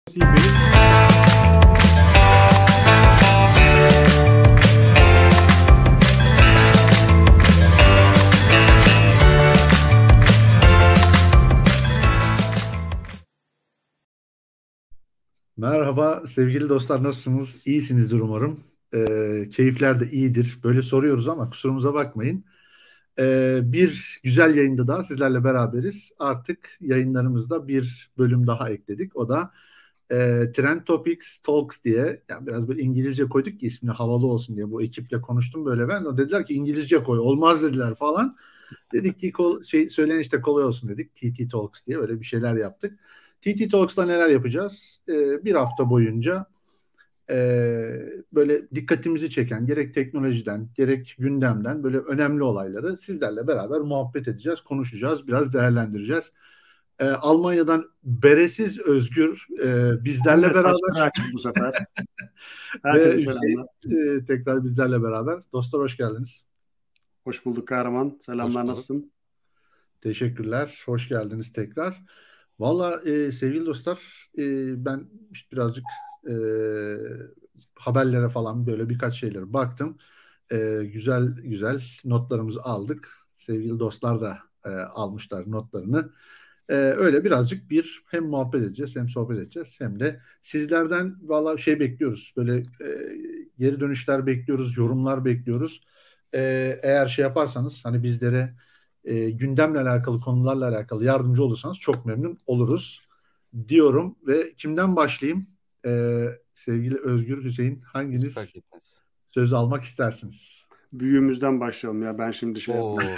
Merhaba sevgili dostlar, nasılsınız? İyisinizdir umarım. Keyifler de iyidir. Böyle soruyoruz ama kusurumuza bakmayın. Bir güzel yayında daha sizlerle beraberiz. Artık yayınlarımızda bir bölüm daha ekledik. O da Trend Topics Talks diye. Yani biraz böyle İngilizce koyduk ki ismini havalı olsun diye. Bu ekiple konuştum böyle ben. O dediler ki İngilizce koy. Olmaz dediler falan. Dedik ki söylenişte kolay olsun dedik. TT Talks diye öyle bir şeyler yaptık. TT Talks'ta neler yapacağız? Bir hafta boyunca e, böyle dikkatimizi çeken gerek teknolojiden gerek gündemden böyle önemli olayları sizlerle beraber muhabbet edeceğiz, konuşacağız, biraz değerlendireceğiz. Almanya'dan Beresiz Özgür bizlerle beraber. Saçları açık bu sefer. Ve Herkese selamlar. Tekrar bizlerle beraber. Dostlar hoş geldiniz. Hoş bulduk Kahraman. Selamlar, nasılsın? Teşekkürler. Hoş geldiniz tekrar. Valla sevgili dostlar ben işte birazcık haberlere falan böyle birkaç şeylere baktım. Güzel güzel notlarımızı aldık. Sevgili dostlar da almışlar notlarını. Öyle birazcık hem muhabbet edeceğiz hem sohbet edeceğiz hem de sizlerden valla bekliyoruz. Böyle geri dönüşler bekliyoruz, yorumlar bekliyoruz. Eğer yaparsanız hani bizlere gündemle alakalı konularla alakalı yardımcı olursanız çok memnun oluruz diyorum ve kimden başlayayım? Sevgili Özgür, Hüseyin, hanginiz söz almak istersiniz? Büyüğümüzden başlayalım ya, ben şimdi yapmam.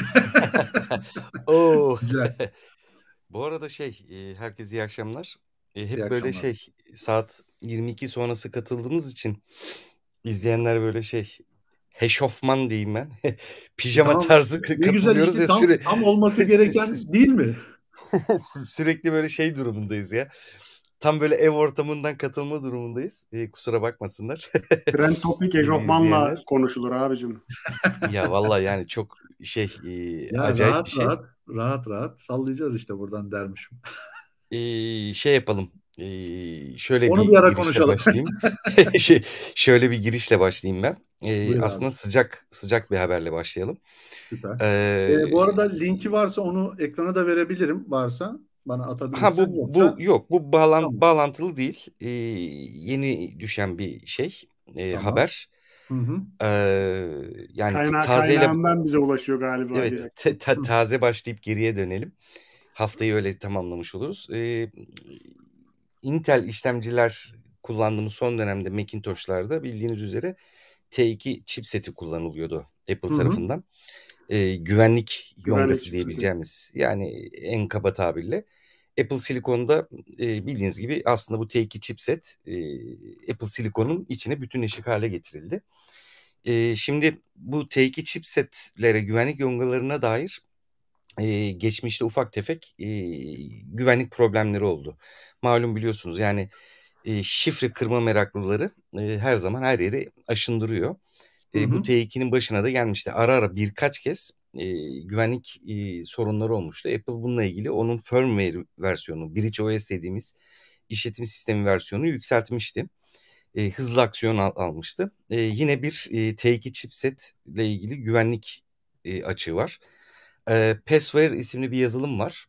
Güzel. Bu arada herkese iyi akşamlar. Hep İyi böyle akşamlar. saat 22 sonrası katıldığımız için izleyenler böyle heşofman diyeyim ben. Pijama Tamam, tarzı ne güzel katılıyoruz işte, ya tam olması gereken değil mi? sürekli böyle durumundayız ya. Tam böyle ev ortamından katılma durumundayız. Kusura bakmasınlar. Trend Topic eşofmanla konuşulur abicim. Ya vallahi yani çok ya acayip rahat, bir şey. Rahat sallayacağız işte buradan dermişim. Yapalım. Şöyle Onu bir bir ara girişle konuşalım. başlayayım. Şöyle bir girişle başlayayım ben. Aslında sıcak bir haberle başlayalım. Süper. Bu arada linki varsa onu ekrana da verebilirim, varsa bana atabilirsen. Bu bağlantılı değil. Yeni düşen bir Tamam. haber. Hı. Yani kaynağından bize ulaşıyor galiba. Evet, taze başlayıp geriye dönelim. Haftayı öyle tamamlamış oluruz. Intel işlemciler kullandığımız son dönemde Macintosh'larda bildiğiniz üzere T2 chipseti kullanılıyordu Apple tarafından. Güvenlik yongası diyebileceğimiz, yani en kaba tabirle. Apple Silicon'da bildiğiniz gibi aslında bu T2 chipset Apple Silicon'un içine bütünleşik hale getirildi. Şimdi bu T2 chipsetlere güvenlik yongalarına dair geçmişte ufak tefek güvenlik problemleri oldu. Malum biliyorsunuz yani şifre kırma meraklıları her zaman her yeri aşındırıyor. Bu T2'nin başına da gelmişti. Ara ara birkaç kez güvenlik sorunları olmuştu. Apple bununla ilgili onun firmware versiyonu, BridgeOS dediğimiz işletim sistemi versiyonu yükseltmişti. Hızlı aksiyon almıştı. Yine bir T2 chipset ile ilgili güvenlik açığı var. Passware isimli bir yazılım var.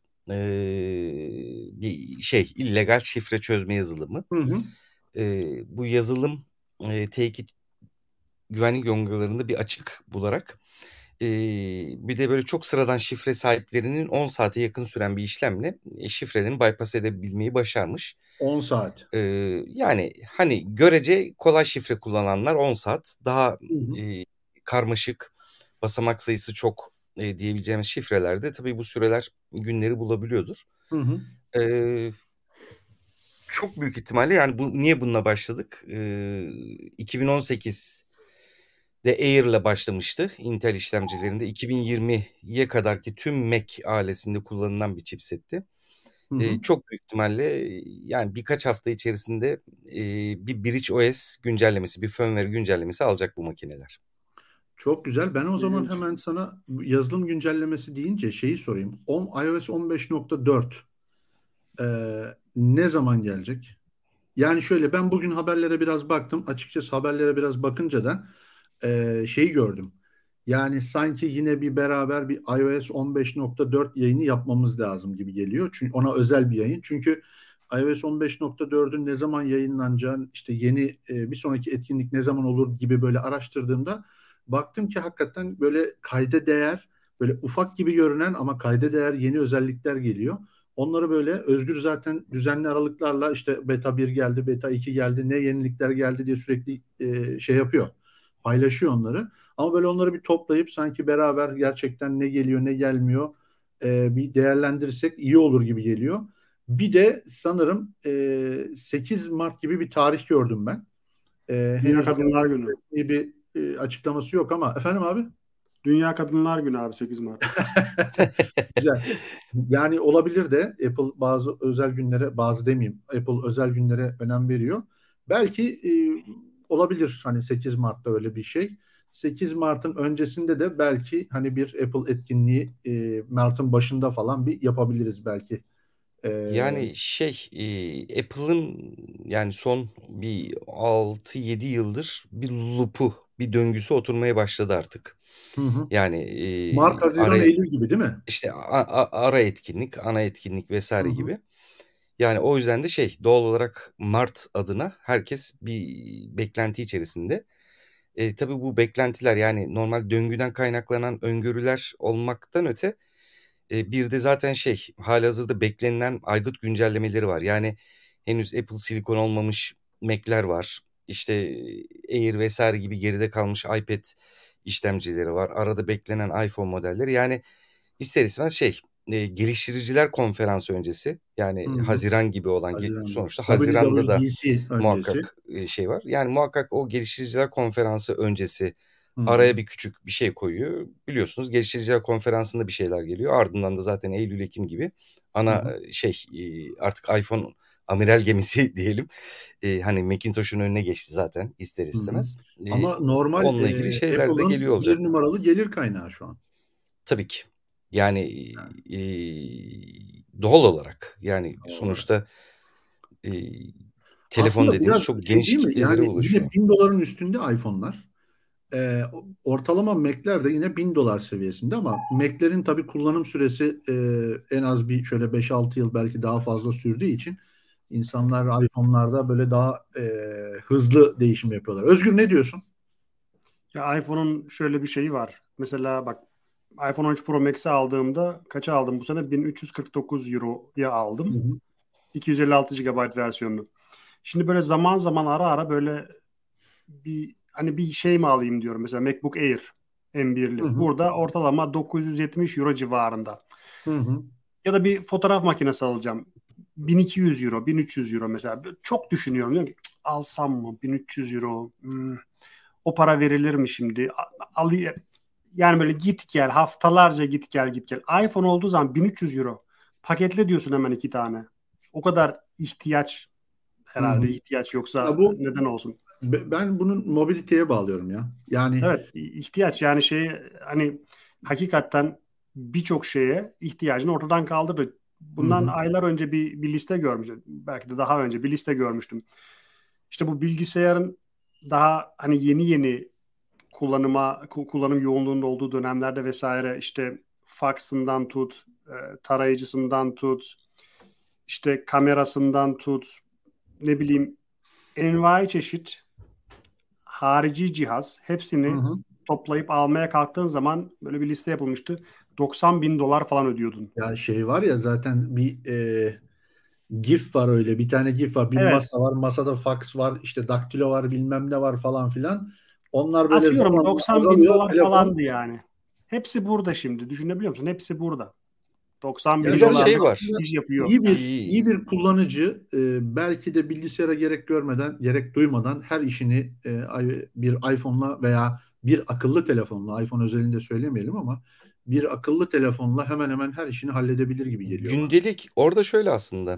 Bir illegal şifre çözme yazılımı. Bu yazılım T2 güvenlik yongalarında bir açık bularak bir de böyle çok sıradan şifre sahiplerinin 10 saate yakın süren bir işlemle şifrelerini bypass edebilmeyi başarmış. 10 saat. Yani hani görece kolay şifre kullananlar 10 saat, daha karmaşık, basamak sayısı çok diyebileceğimiz şifrelerde tabii bu süreler günleri bulabiliyordur. Çok büyük ihtimalle yani niye bununla başladık? 2018'de Air'la başlamıştı Intel işlemcilerinde. 2020'ye kadarki tüm Mac ailesinde kullanılan bir chipsetti. Çok büyük ihtimalle yani birkaç hafta içerisinde bir BridgeOS güncellemesi, bir firmware güncellemesi alacak bu makineler. Çok güzel. Ben o zaman hemen sana yazılım güncellemesi deyince sorayım. iOS 15.4 ne zaman gelecek? Yani şöyle, ben bugün haberlere biraz baktım. Açıkçası haberlere biraz bakınca da şeyi gördüm. Yani sanki yine bir beraber bir iOS 15.4 yayını yapmamız lazım gibi geliyor. Çünkü ona özel bir yayın. Çünkü iOS 15.4'ün ne zaman yayınlanacağı, işte yeni bir sonraki etkinlik ne zaman olur gibi böyle araştırdığımda baktım ki hakikaten böyle kayda değer, böyle ufak gibi görünen ama kayda değer yeni özellikler geliyor. Onları böyle Özgür zaten düzenli aralıklarla işte beta bir geldi, beta 2 geldi, ne yenilikler geldi diye sürekli şey yapıyor. Paylaşıyor onları. Ama böyle onları bir toplayıp sanki beraber gerçekten ne geliyor ne gelmiyor bir değerlendirirsek iyi olur gibi geliyor. Bir de sanırım 8 Mart gibi bir tarih gördüm ben. Dünya Henüz Kadınlar Günü. bir açıklaması yok ama efendim abi? Dünya Kadınlar Günü abi 8 Mart. Güzel. Yani olabilir de Apple bazı özel günlere, bazı demeyeyim, Apple özel günlere önem veriyor. Belki olabilir hani 8 Mart'ta öyle bir şey. 8 Mart'ın öncesinde de belki hani bir Apple etkinliği Mart'ın başında falan bir yapabiliriz belki. Yani Apple'ın yani son bir 6-7 yıldır bir loop'u, bir döngüsü oturmaya başladı artık. Hı hı. Yani Mart, Haziran, araya Eylül gibi değil mi? işte ara etkinlik, ana etkinlik Hı vesaire hı. gibi. Yani o yüzden de doğal olarak Mart adına herkes bir beklenti içerisinde. Tabii bu beklentiler yani normal döngüden kaynaklanan öngörüler olmaktan öte bir de zaten halihazırda beklenilen aygıt güncellemeleri var. Yani henüz Apple silikon olmamış Mac'ler var. İşte Air vesaire gibi geride kalmış iPad işlemcileri var. Arada beklenen iPhone modelleri. Yani ister istemez geliştiriciler konferansı öncesi Hı yani hı. Haziran gibi olan Haziran'da. sonuçta Haziran'da da WWDC öncesi. muhakkak var. Yani muhakkak o geliştiriciler konferansı öncesi Hı hı. araya bir küçük bir şey koyuyor. Biliyorsunuz geliştiriciler konferansında bir şeyler geliyor. Ardından da zaten Eylül-Ekim gibi Hı ana hı. artık iPhone amiral gemisi diyelim. Hani Macintosh'un önüne geçti zaten ister Hı hı. istemez. Ama normal Onunla ilgili şeyler de Apple'ın geliyor bir olacak. numaralı gelir kaynağı şu an. Tabii ki. Yani doğal olarak yani Olarak. sonuçta e, telefon Aslında dediğimiz biraz çok şey geniş değil mi? kitlelere Yani ulaşıyor. yine 1.000 doların üstünde iPhone'lar. Ortalama Mac'ler de yine 1.000 dolar seviyesinde ama Mac'lerin tabii kullanım süresi en az bir şöyle 5-6 yıl belki daha fazla sürdüğü için insanlar iPhone'larda böyle daha hızlı değişim yapıyorlar. Özgür ne diyorsun? Ya iPhone'un şöyle bir şeyi var. Mesela bak, iPhone 13 Pro Max'i aldığımda kaça aldım bu sene? 1349 Euro'ya Hı aldım. hı. 256 GB versiyonunu. Şimdi böyle zaman zaman ara ara böyle bir hani bir şey mi alayım diyorum. Mesela MacBook Air Hı M1'li. hı. Burada ortalama 970 Euro civarında. Hı hı. Ya da bir fotoğraf makinesi alacağım. 1200 Euro, 1300 Euro mesela. Çok düşünüyorum. Diyorum ki, "Cık, alsam mı? 1300 Euro. O para verilir mi şimdi? Alayım. Yani böyle git gel, haftalarca git gel git gel. iPhone olduğu zaman 1300 Euro. Paketle diyorsun hemen iki tane. O kadar ihtiyaç, Hı hı. herhalde ihtiyaç, Ya yoksa bu neden olsun? ben bunun mobiliteye bağlıyorum ya. Yani Evet, ihtiyaç yani hani hakikaten birçok şeye ihtiyacını ortadan kaldırdı. hı Bundan hı. aylar önce bir liste görmüştüm. Belki de daha önce bir liste görmüştüm. İşte bu bilgisayarın daha hani yeni yeni kullanım yoğunluğunda olduğu dönemlerde vesaire, işte faksından tut, tarayıcısından tut, işte kamerasından tut, ne bileyim, envai çeşit harici cihaz, Hı hepsini hı. toplayıp almaya kalktığın zaman böyle bir liste yapılmıştı. 90 bin dolar falan ödüyordun. Ya şey var ya, zaten bir GIF var, öyle bir tane GIF var. Bir Evet, masa var. Masada fax var. İşte daktilo var, bilmem ne var falan filan. Onlar böyle atıyorum zamanla 90 bin azalıyor. dolar Telefon falandı yani. Hepsi burada şimdi. Düşünebiliyor musun? Hepsi burada. 90 ya bin Bir de şöyle dolarlık var. aslında iş yapıyor. iyi bir kullanıcı belki de bilgisayara gerek görmeden, gerek duymadan her işini bir iPhone'la veya bir akıllı telefonla, iPhone özelinde söylemeyelim ama bir akıllı telefonla hemen hemen her işini halledebilir gibi geliyor bana. Gündelik orada şöyle aslında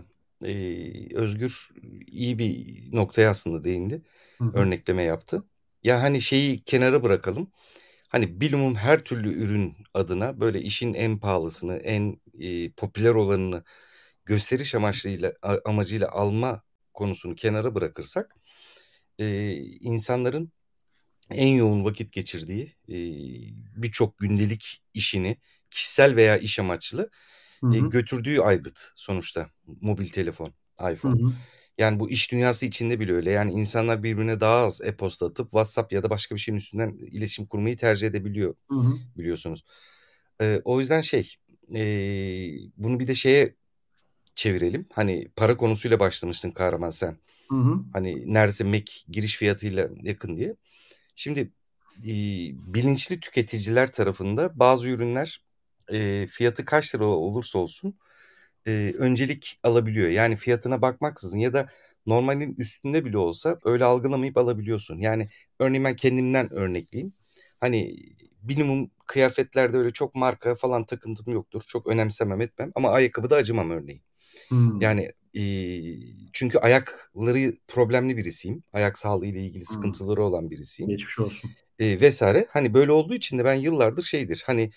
Özgür iyi bir noktaya aslında değindi. Hı hı. Örnekleme yaptı. Ya hani şeyi kenara bırakalım. Hani bilumum her türlü ürün adına böyle işin en pahalısını, en popüler olanını gösteriş amacıyla alma konusunu kenara bırakırsak insanların en yoğun vakit geçirdiği birçok gündelik işini kişisel veya iş amaçlı götürdüğü aygıt sonuçta mobil telefon, iPhone. Yani bu iş dünyası içinde bile öyle. Yani insanlar birbirine daha az e-posta atıp WhatsApp ya da başka bir şeyin üstünden iletişim kurmayı tercih edebiliyor biliyorsunuz. O yüzden bunu bir de şeye çevirelim. Hani para konusuyla başlamıştın Kahraman sen. Hani neredeyse Mac giriş fiyatıyla yakın diye. Şimdi bilinçli tüketiciler tarafında bazı ürünler fiyatı kaç lira olursa olsun öncelik alabiliyor. Yani fiyatına bakmaksızın ya da normalin üstünde bile olsa öyle algılamayıp alabiliyorsun. Yani örneğin ben kendimden örnekleyeyim. Hani minimum kıyafetlerde öyle çok marka falan takıntım yoktur. Çok önemsemem etmem ama ayakkabıda acımam örneğin. Yani çünkü ayakları problemli birisiyim. Ayak sağlığı ile ilgili sıkıntıları olan birisiyim. Geçmiş olsun. Vesaire. Hani böyle olduğu için de ben yıllardır hani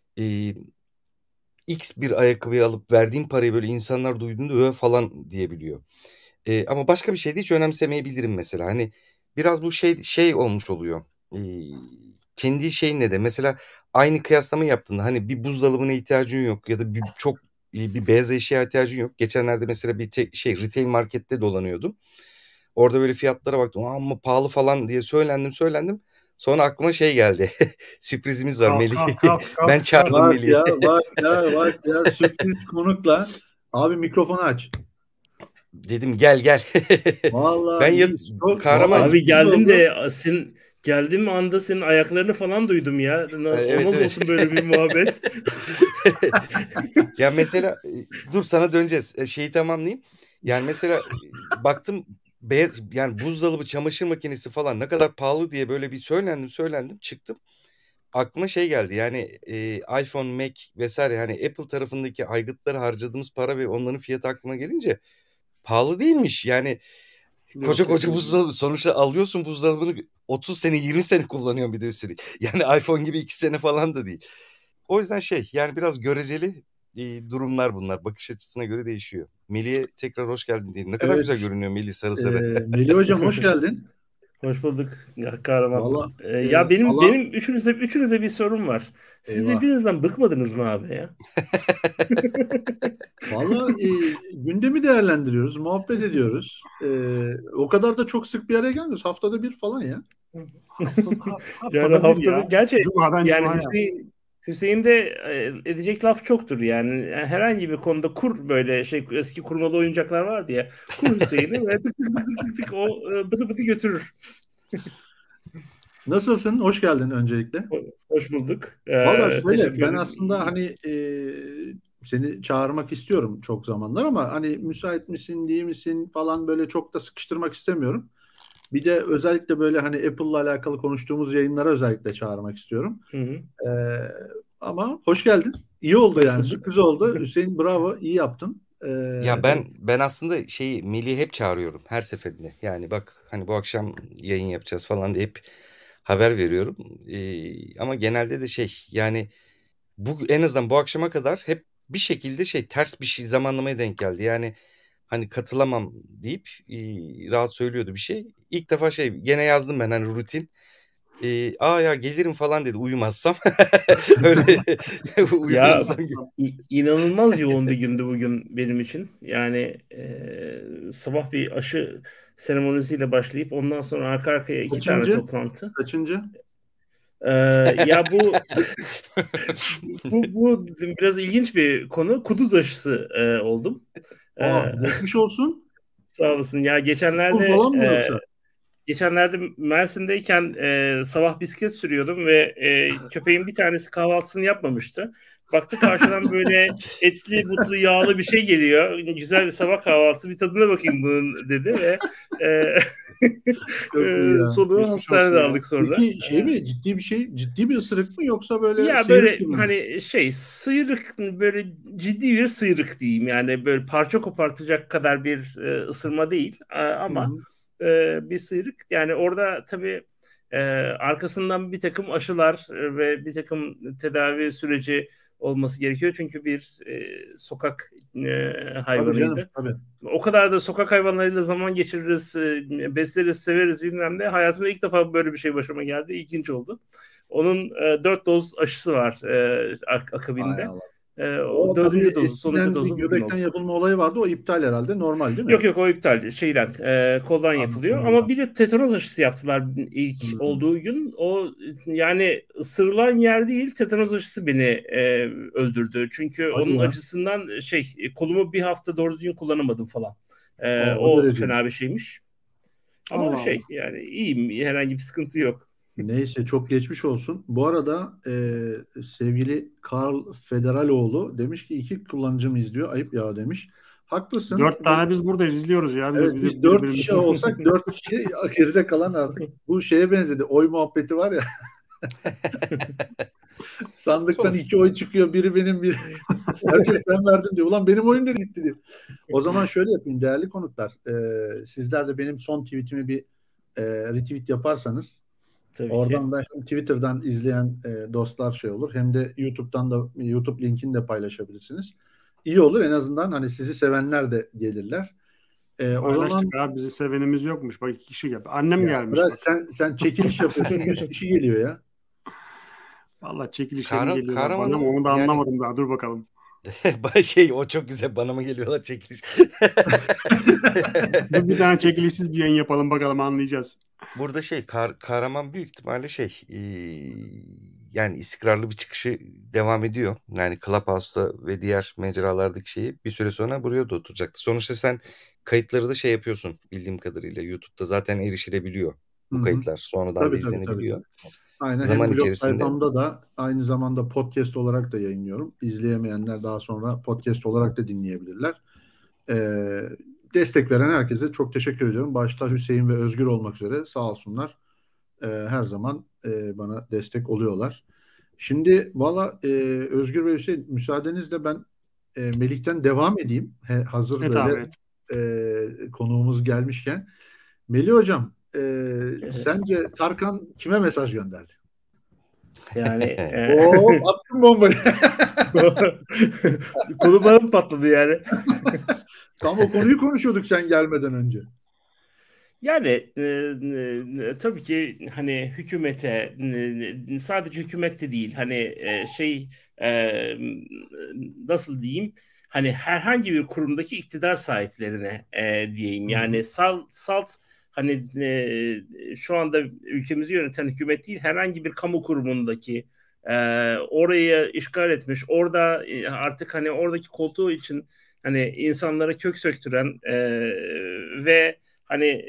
X bir ayakkabıyı alıp verdiğim parayı böyle insanlar duyduğunda falan diyebiliyor. Ama başka bir şey de hiç önemsemeyebilirim mesela. Hani biraz bu şey olmuş oluyor. Kendi şeyinle de mesela aynı kıyaslama yaptığında hani bir buzdolabına ihtiyacın yok ya da bir beyaz eşya ihtiyacın yok. Geçenlerde mesela bir retail markette dolanıyordum. Orada böyle fiyatlara baktım. Ama pahalı falan diye söylendim. Sonra aklıma geldi. Sürprizimiz var Melih. Ben çağırdım Melih'i. Bak ya sürpriz konukla. Abi mikrofonu aç. Dedim gel. Vallahi ben Kahraman abi geldim oldu. Geldiğim anda senin ayaklarını falan duydum ya. Olmaz olsun böyle bir muhabbet. Ya mesela dur sana döneceğiz. Şeyi tamamlayayım. Yani mesela baktım yani buzdolabı, çamaşır makinesi falan ne kadar pahalı diye böyle bir söylendim çıktım. Aklıma geldi yani iPhone, Mac vesaire yani Apple tarafındaki aygıtlara harcadığımız para ve onların fiyatı aklıma gelince pahalı değilmiş. Yani koca buzdolabı sonuçta alıyorsun buzdolabını 30 sene 20 sene kullanıyorsun bir de üstelik. Yani iPhone gibi 2 sene falan da değil. O yüzden yani biraz göreceli durumlar bunlar. Bakış açısına göre değişiyor. Melih'e tekrar hoş geldin diyelim. Ne kadar güzel görünüyor Melih sarı. Melih hocam hoş geldin. Hoş bulduk Kahraman. Vallahi, ya benim üçünüze bir sorum var. Siz birbirinizden bıkmadınız mı abi ya? Vallahi gündemi değerlendiriyoruz, muhabbet ediyoruz. O kadar da çok sık bir araya gelmiyoruz. Haftada bir falan ya. Haftada gerçi yani Hüseyin'de edecek laf çoktur yani. Herhangi bir konuda kur böyle eski kurmalı oyuncaklar vardı ya. Kur Hüseyin'i ve tık o bıtı götürür. Nasılsın? Hoş geldin öncelikle. Hoş bulduk. Vallahi şöyle ben aslında hani seni çağırmak istiyorum çok zamanlar ama hani müsait misin, değil misin falan böyle çok da sıkıştırmak istemiyorum. Bir de özellikle böyle hani Apple'la alakalı konuştuğumuz yayınlara özellikle çağırmak istiyorum. Ama hoş geldin. İyi oldu yani. Sürpriz oldu. Hüseyin bravo. İyi yaptın. Ya ben aslında Melih'i hep çağırıyorum her seferinde. Yani bak hani bu akşam yayın yapacağız falan diye hep haber veriyorum. Ama genelde de yani bu en azından bu akşama kadar hep bir şekilde ters bir zamanlamaya denk geldi. Yani hani katılamam deyip rahat söylüyordu bir şey. İlk defa gene yazdım ben hani rutin. Ya gelirim falan dedi uyumazsam. Öyle uyumazsam. İnanılmaz yoğun bir gündü bugün benim için. Yani sabah bir aşı seremonisiyle başlayıp ondan sonra arka arkaya 2 tane toplantı. Kaçıncı? Ya bu biraz ilginç bir konu. Kuduz aşısı oldum. Geçmiş olsun. Sağ olasın. Ya geçenlerde falan mı yoksa? Geçenlerde Mersin'deyken sabah bisiklet sürüyordum ve köpeğin bir tanesi kahvaltısını yapmamıştı. Baktı karşıdan böyle etli, butlu, yağlı bir şey geliyor. Güzel bir sabah kahvaltısı. Bir tadına bakayım bunun dedi ve soluğu hastanede aldık sonra. Peki mi? Ciddi bir ısırık mı yoksa böyle ya sıyrık böyle gibi mi? Hani sıyrık böyle ciddi bir sıyrık diyeyim. Yani böyle parça kopartacak kadar bir ısırma değil ama bir sıyrık. Yani orada tabii arkasından bir takım aşılar ve bir takım tedavi süreci olması gerekiyor. Çünkü bir sokak Tabii hayvanıydı. canım, tabii. O kadar da sokak hayvanlarıyla zaman geçiririz, besleriz, severiz bilmem ne. Hayatımda ilk defa böyle bir şey başıma geldi. İlginç oldu. Onun 4 doz aşısı var Hay akabinde. Allah. O O tabii 4. dozu, sonuncu eskiden bir dozu bugün göbekten oldu. yapılma olayı vardı. O iptal herhalde. Normal değil mi? Yok o iptal şeyden koldan yapılıyor Anladım. ama bir de tetanoz aşısı yaptılar ilk olduğu gün. O yani ısırılan yer değil, tetanoz aşısı beni öldürdü. Çünkü Hadi onun ya. acısından kolumu bir hafta doğru düzgün kullanamadım falan. O O derece. fena bir şeymiş. Ama Allah. yani iyiyim, herhangi bir sıkıntı yok. Neyse, çok geçmiş olsun. Bu arada sevgili Karl Federaloğlu demiş ki 2 kullanıcım izliyor. Ayıp ya demiş. Haklısın. 4 tane biz buradayız, izliyoruz ya. Evet, biz 4 kişi olsak 4 kişi geride kalan artık. Bu şeye benzedi. Oy muhabbeti var ya. Sandıktan 2 oy çıkıyor. Biri benim, biri. Herkes ben verdim diyor. Ulan benim oyun nereye gitti diyor. O zaman şöyle yapayım değerli konuklar. Sizler de benim son tweetimi bir retweet yaparsanız, Tabii oradan ki. da hem Twitter'dan izleyen dostlar şey olur, hem de YouTube'dan da YouTube linkini de paylaşabilirsiniz. İyi olur, en azından hani sizi sevenler de gelirler. O zaman Paylaştık abi, bizi sevenimiz yokmuş. Bak 2 kişi geldi. Annem gelmiş. bırak, Bak. sen çekiliş yapıyorsun. 100 kişi geliyor ya. Vallahi çekilişlerin geliyorlar bana Kahraman'ın ama onu da yani- anlamadım daha. Dur bakalım. O çok güzel, bana mı geliyorlar çekiliş? Dur bir tane çekilişsiz bir yayın yapalım bakalım, anlayacağız. Burada Kahraman büyük ihtimalle yani istikrarlı bir çıkışı devam ediyor. Yani Clubhouse'da ve diğer mecralardaki şeyi bir süre sonra buraya da oturacaktı. Sonuçta sen kayıtları da yapıyorsun bildiğim kadarıyla. YouTube'da zaten erişilebiliyor bu Hı hı. kayıtlar. Sonradan Tabii, da tabii, izlenebiliyor. Aynen. Zaman Hem blog içerisinde- sayfamda da aynı zamanda podcast olarak da yayınlıyorum. İzleyemeyenler daha sonra podcast olarak da dinleyebilirler. Destek veren herkese çok teşekkür ediyorum. Başta Hüseyin ve Özgür olmak üzere sağ olsunlar. Her zaman bana destek oluyorlar. Şimdi valla Özgür ve Hüseyin, müsaadenizle ben Melih'ten devam edeyim. Hazır Evet böyle abi. konuğumuz gelmişken. Melih hocam, sence Tarkan kime mesaj gönderdi? Yani Attım bombayı. konu bana mı patladı yani? Tam o konuyu konuşuyorduk sen gelmeden önce. Yani tabii ki hani hükümete, sadece hükümette değil, hani nasıl diyeyim, hani herhangi bir kurumdaki iktidar sahiplerine diyeyim. Yani salt hani şu anda ülkemizi yöneten hükümet değil, herhangi bir kamu kurumundaki orayı işgal etmiş, orada artık hani oradaki koltuğu için hani insanlara kök söktüren ve hani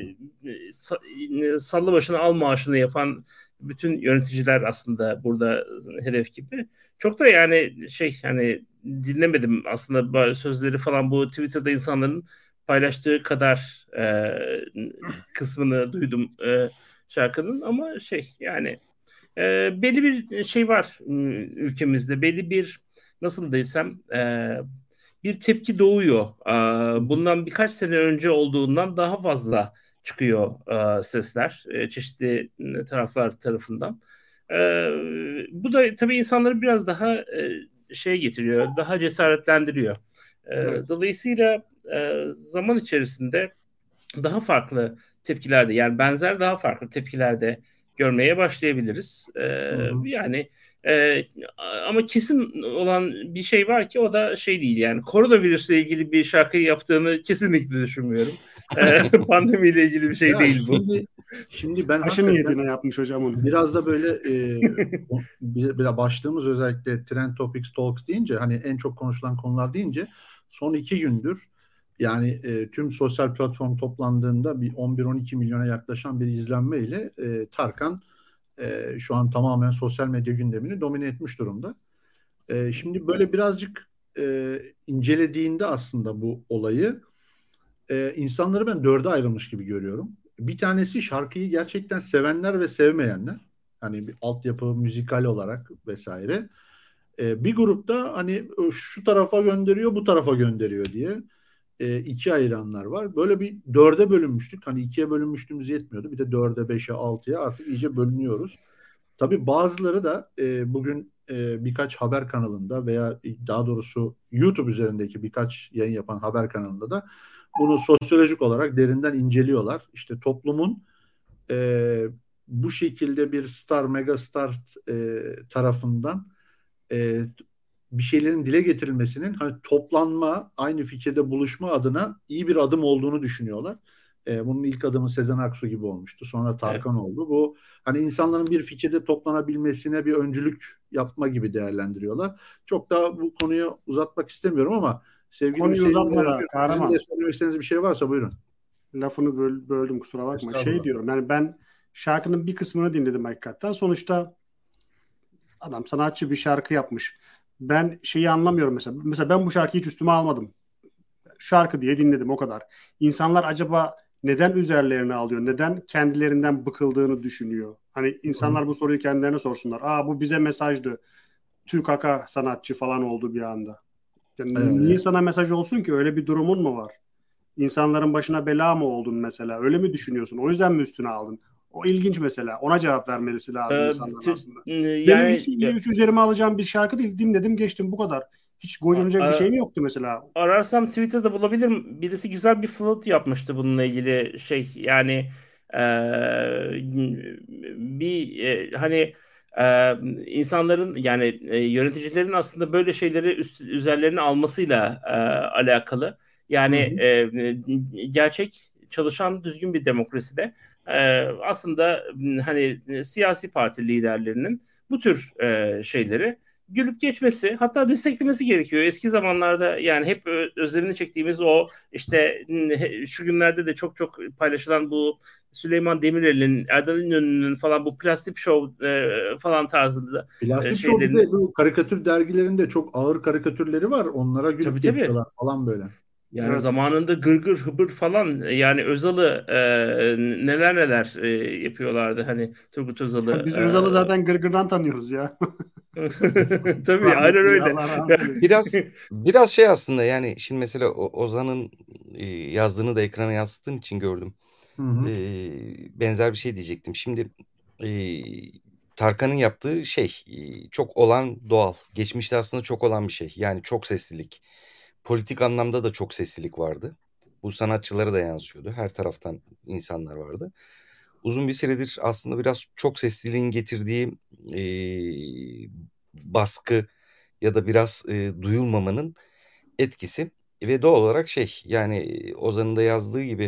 sallı başına al maaşını yapan bütün yöneticiler aslında burada hedef gibi. Çok da yani hani dinlemedim aslında sözleri falan, bu Twitter'da insanların paylaştığı kadar kısmını duydum şarkının, ama yani belli bir şey var ülkemizde, belli bir, nasıl desem, bir tepki doğuyor. Bundan birkaç sene önce olduğundan daha fazla çıkıyor sesler çeşitli taraflar tarafından. Bu da tabii insanları biraz daha getiriyor, daha cesaretlendiriyor. Evet. Dolayısıyla zaman içerisinde daha farklı tepkilerde, yani benzer daha farklı tepkilerde görmeye başlayabiliriz. Yani ama kesin olan bir şey var ki o da değil, yani koronavirüsle ilgili bir şarkı yaptığını kesinlikle düşünmüyorum. Pandemiyle ilgili bir şey Ya değil bu. Şimdi ben Aşı hakikaten niyetine yapmış hocam onu. biraz da böyle bir başlığımız özellikle Trend Topics Talks deyince, hani en çok konuşulan konular deyince, son 2 gündür yani tüm sosyal platform toplandığında bir 11-12 milyona yaklaşan bir izlenme ile Tarkan şu an tamamen sosyal medya gündemini domine etmiş durumda. Şimdi böyle birazcık incelediğinde aslında bu olayı, insanları ben 4'e ayrılmış gibi görüyorum. Bir tanesi şarkıyı gerçekten sevenler ve sevmeyenler. Hani bir altyapı, müzikal olarak vesaire. Bir grupta hani şu tarafa gönderiyor, bu tarafa gönderiyor diye 2 ayıranlar var. Böyle bir 4'e bölünmüştük. Hani 2'ye bölünmüştüğümüz yetmiyordu. Bir de 4'e, 5'e, 6'ya artık iyice bölünüyoruz. Tabii bazıları da bugün birkaç haber kanalında veya daha doğrusu YouTube üzerindeki birkaç yayın yapan haber kanalında da bunu sosyolojik olarak derinden inceliyorlar. İşte toplumun bu şekilde bir star, megastar tarafından bir şeylerin dile getirilmesinin hani toplanma, aynı fikirde buluşma adına iyi bir adım olduğunu düşünüyorlar. Bunun ilk adımı Sezen Aksu gibi olmuştu. Sonra Tarkan oldu. Bu hani insanların bir fikirde toplanabilmesine bir öncülük yapma gibi değerlendiriyorlar. Çok daha bu konuyu uzatmak istemiyorum ama sevgili Konuyu Hüseyin uzatma da Özgür, sizin kahraman. de söylemek istediğiniz bir şey varsa buyurun. Lafını böldüm, kusura bakma. Estağfurullah. Diyorum yani, ben şarkının bir kısmını dinledim hakikaten. Sonuçta adam sanatçı bir şarkı yapmış. Ben şeyi anlamıyorum mesela. Mesela ben bu şarkıyı hiç üstüme almadım. Şarkı diye dinledim, o kadar. İnsanlar acaba neden üzerlerine alıyor? Neden kendilerinden bıkıldığını düşünüyor? Hani insanlar bu soruyu kendilerine sorsunlar. Bu bize mesajdı. Türk Haka sanatçı falan oldu bir anda. Yani niye sana mesaj olsun ki? Öyle bir durumun mu var? İnsanların başına bela mı oldun mesela? Öyle mi düşünüyorsun? O yüzden mi üstüne aldın? O ilginç mesela. Ona cevap vermesi lazım insanların aslında. Benim hiç üzerime alacağım bir şarkı değil. Dinledim geçtim, bu kadar. Hiç gocunacak bir şey mi yoktu mesela? Ararsam Twitter'da bulabilirim. Birisi güzel bir float yapmıştı bununla ilgili yani hani insanların yani yöneticilerin aslında böyle şeyleri üzerlerine almasıyla alakalı. Yani gerçek çalışan düzgün bir demokraside aslında hani siyasi parti liderlerinin bu tür şeyleri gülüp geçmesi, hatta desteklemesi gerekiyor. Eski zamanlarda yani hep özlemini çektiğimiz o işte şu günlerde de çok paylaşılan bu Süleyman Demirel'in, Erdal İnönü'nün falan bu plastik show falan tarzında plastik show, bir de bu karikatür dergilerinde çok ağır karikatürleri var. Onlara gülüp geçiyorlar falan böyle. Yani zamanında Gırgır Hıbır falan, yani Özal'ı neler yapıyorlardı hani, Turgut Özal'ı. Biz Özal'ı zaten Gırgır'dan tanıyoruz ya. Tabii aynen öyle. Biraz şey aslında, yani şimdi mesela Ozan'ın yazdığını da ekrana yansıttığın için gördüm. Benzer bir şey diyecektim. Şimdi Tarkan'ın yaptığı şey çok olan, doğal. Geçmişte aslında çok olan bir şey. Yani çok seslilik. Politik anlamda da çok seslilik vardı. Bu sanatçılara da yansıyordu. Her taraftan insanlar vardı. Uzun bir süredir aslında biraz çok sesliliğin getirdiği baskı ya da biraz duyulmamanın etkisi ve doğal olarak yani Ozan'ın da yazdığı gibi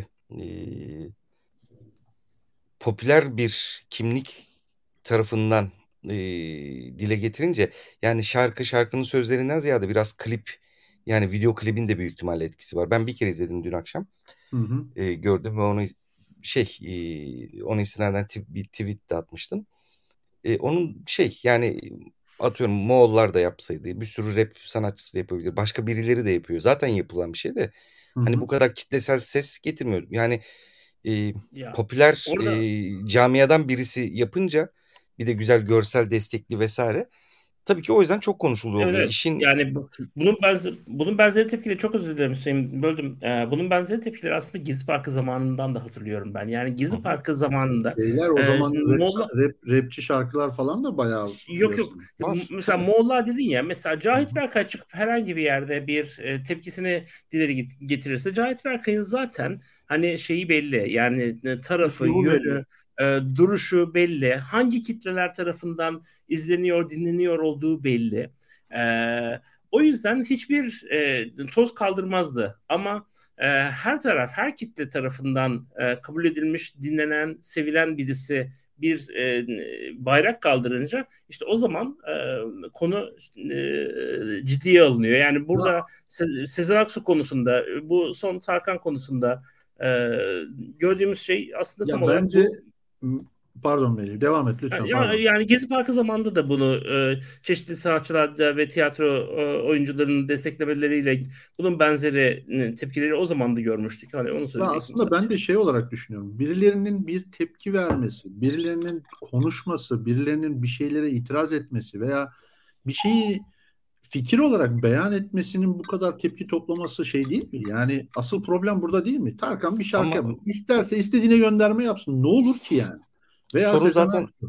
popüler bir kimlik tarafından dile getirince, yani şarkının sözlerinden ziyade biraz klip, yani video klibin de büyük ihtimalle etkisi var. Ben bir kere izledim dün akşam. Gördüm ve onu istinaden bir tweet de atmıştım. Onun yani atıyorum Moğollar da yapsaydı, bir sürü rap sanatçısı da yapabilir. Başka birileri de yapıyor. Zaten yapılan bir şey de hani bu kadar kitlesel ses getirmiyor. Yani popüler camiadan birisi yapınca, bir de güzel görsel destekli vesaire, tabii ki o yüzden çok konuşuluyor oluyor. İşin yani bunun benzeri tepkileri, çok özür dilerim Hüseyin, böldüm. Bunun benzeri tepkileri aslında Gezi Parkı zamanından da hatırlıyorum ben. Yani Gezi Parkı zamanında o zaman rapçi şarkılar falan da bayağı yok. Mesela Moğollar dedin ya, mesela Cahit Berkay çıkıp herhangi bir yerde bir tepkisini dileri getirirse, Cahit Berkay'ın zaten hani şeyi belli, yani tarafı, yönü, duruşu belli. Hangi kitleler tarafından izleniyor, dinleniyor olduğu belli. O yüzden hiçbir toz kaldırmazdı. Ama her taraf, her kitle tarafından kabul edilmiş, dinlenen, sevilen birisi bir bayrak kaldırınca, işte o zaman konu ciddiye alınıyor. Yani burada Sezen Aksu konusunda, bu son Tarkan konusunda gördüğümüz şey aslında tam olarak bence pardon Melih, devam et lütfen. Yani Gezi Parkı zamanında da bunu çeşitli sanatçılar ve tiyatro oyuncularının desteklemeleriyle bunun benzeri tepkileri o zaman da görmüştük. Hani onu söyleyecektim. Aslında ben de olarak düşünüyorum. Birilerinin bir tepki vermesi, birilerinin konuşması, birilerinin bir şeylere itiraz etmesi veya bir şeyi fikir olarak beyan etmesinin bu kadar tepki toplaması değil mi? Yani asıl problem burada değil mi? Tarkan bir şarkı yapıyor. İsterse istediğine gönderme yapsın. Ne olur ki yani? Veya soru zaten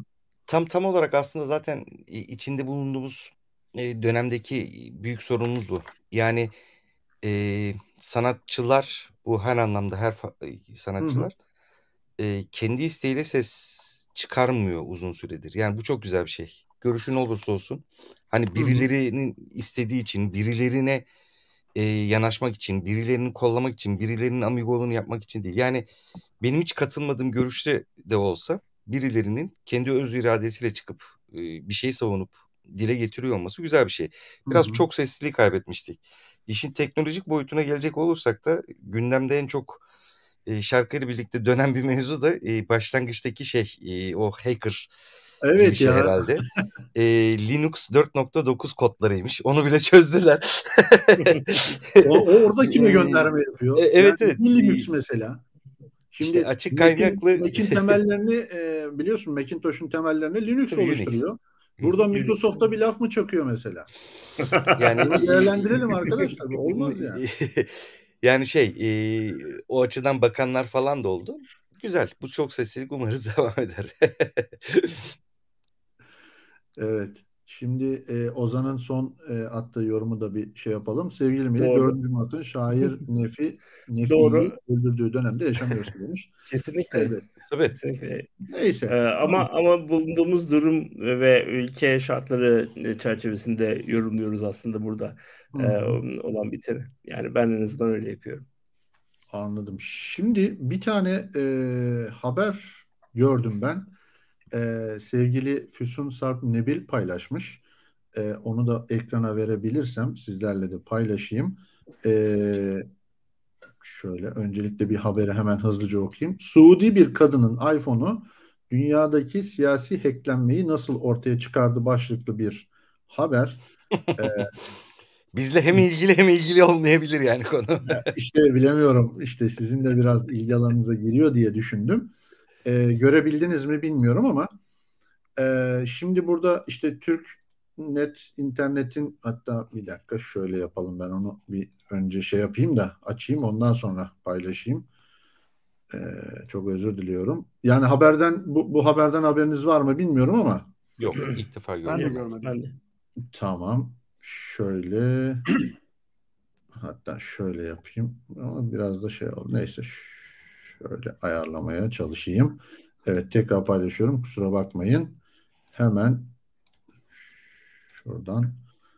tam olarak aslında zaten içinde bulunduğumuz dönemdeki büyük sorunumuz bu. Yani sanatçılar, bu her anlamda Hı hı. sanatçılar kendi isteğiyle ses çıkarmıyor uzun süredir. Yani bu çok güzel bir şey. Görüşün olursa olsun. Hani Hı hı. birilerinin istediği için, birilerine yanaşmak için, birilerini kollamak için, birilerinin amigoluğunu yapmak için değil. Yani benim hiç katılmadığım görüşte de olsa birilerinin kendi öz iradesiyle çıkıp bir şey savunup dile getiriyor olması güzel bir şey. Hı Biraz hı. çok sesliliği kaybetmiştik. İşin teknolojik boyutuna gelecek olursak da gündemde en çok şarkıyla birlikte dönen bir mevzu da başlangıçtaki o hacker Evet girişi ya. herhalde. Linux 4.9 kodlarıymış. Onu bile çözdüler. O orada kime E, gönderme yapıyor? Yani evet evet. bir Linux mesela. İşte Şimdi açık kaynaklı Mac'in temellerini biliyorsun, Macintosh'un temellerini Linux tabii Unix. oluşturuyor. Hı hı. Burada Unix. Microsoft'a bir laf mı çakıyor mesela? Yani Bunu değerlendirelim arkadaşlar. Bu olmaz yani. yani o açıdan bakanlar falan da oldu. Güzel. Bu çok seslilik umarız devam eder. Evet. Şimdi Ozan'ın son attığı yorumu da bir şey yapalım. Sevgili Melih, Doğru. 4. Murat'ın şair Nefi'yi Doğru. öldürdüğü dönemde yaşamıyorsun demiş. Kesinlikle. Evet. Tabii. Kesinlikle. Neyse. Ama Tamam. bulunduğumuz durum ve ülke şartları çerçevesinde yorumluyoruz aslında burada Hı hı. olan biteni. Yani ben en azından öyle yapıyorum. Anladım. Şimdi bir tane haber gördüm ben. Sevgili Füsun Sarp Nebil paylaşmış. Onu da ekrana verebilirsem sizlerle de paylaşayım. E, Şöyle öncelikle bir haberi hemen hızlıca okuyayım. Suudi bir kadının iPhone'u dünyadaki siyasi hacklenmeyi nasıl ortaya çıkardı başlıklı bir haber. Ee, Bizle hem ilgili hem ilgili olmayabilir yani konu. işte bilemiyorum, işte sizin de biraz ilgi alanınıza giriyor diye düşündüm. Görebildiniz mi bilmiyorum ama şimdi burada işte Türk Net internetin, hatta bir dakika şöyle yapalım, ben onu bir önce şey yapayım da açayım, ondan sonra paylaşayım. Çok özür diliyorum. Yani haberden bu haberden haberiniz var mı bilmiyorum ama Yok, ilk defa Ben de görüyorum ben de. görmedim. Ben de. tamam. Şöyle, hatta şöyle yapayım ama biraz da şey oldu. Neyse, şöyle ayarlamaya çalışayım. Evet, tekrar paylaşıyorum. Kusura bakmayın. Hemen şuradan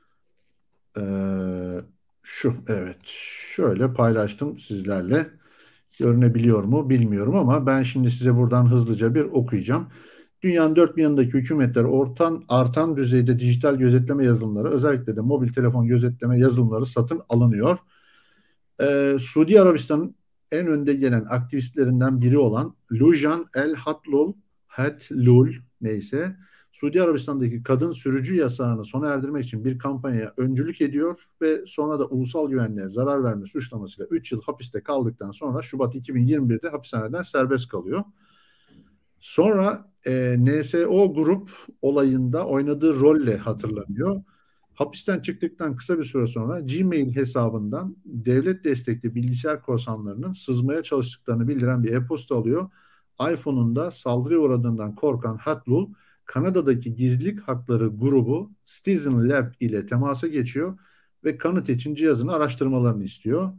evet, şöyle paylaştım sizlerle. Görünebiliyor mu bilmiyorum ama ben şimdi size buradan hızlıca bir okuyacağım. Dünyanın dört bir yanındaki hükümetler artan düzeyde dijital gözetleme yazılımları, özellikle de mobil telefon gözetleme yazılımları satın alınıyor. Suudi Arabistan'ın en önde gelen aktivistlerinden biri olan Lujan Hatlul neyse, Suudi Arabistan'daki kadın sürücü yasağını sona erdirmek için bir kampanyaya öncülük ediyor ve sonra da ulusal güvenliğe zarar verme suçlamasıyla 3 yıl hapiste kaldıktan sonra Şubat 2021'de hapishaneden serbest kalıyor. Sonra NSO Grup olayında oynadığı rolle hatırlanıyor. Hapisten çıktıktan kısa bir süre sonra Gmail hesabından devlet destekli bilgisayar korsanlarının sızmaya çalıştıklarını bildiren bir e-posta alıyor. iPhone'unda saldırıya uğradığından korkan Hatlul, Kanada'daki gizlilik hakları grubu Citizen Lab ile temasa geçiyor ve kanıt için cihazını araştırmalarını istiyor.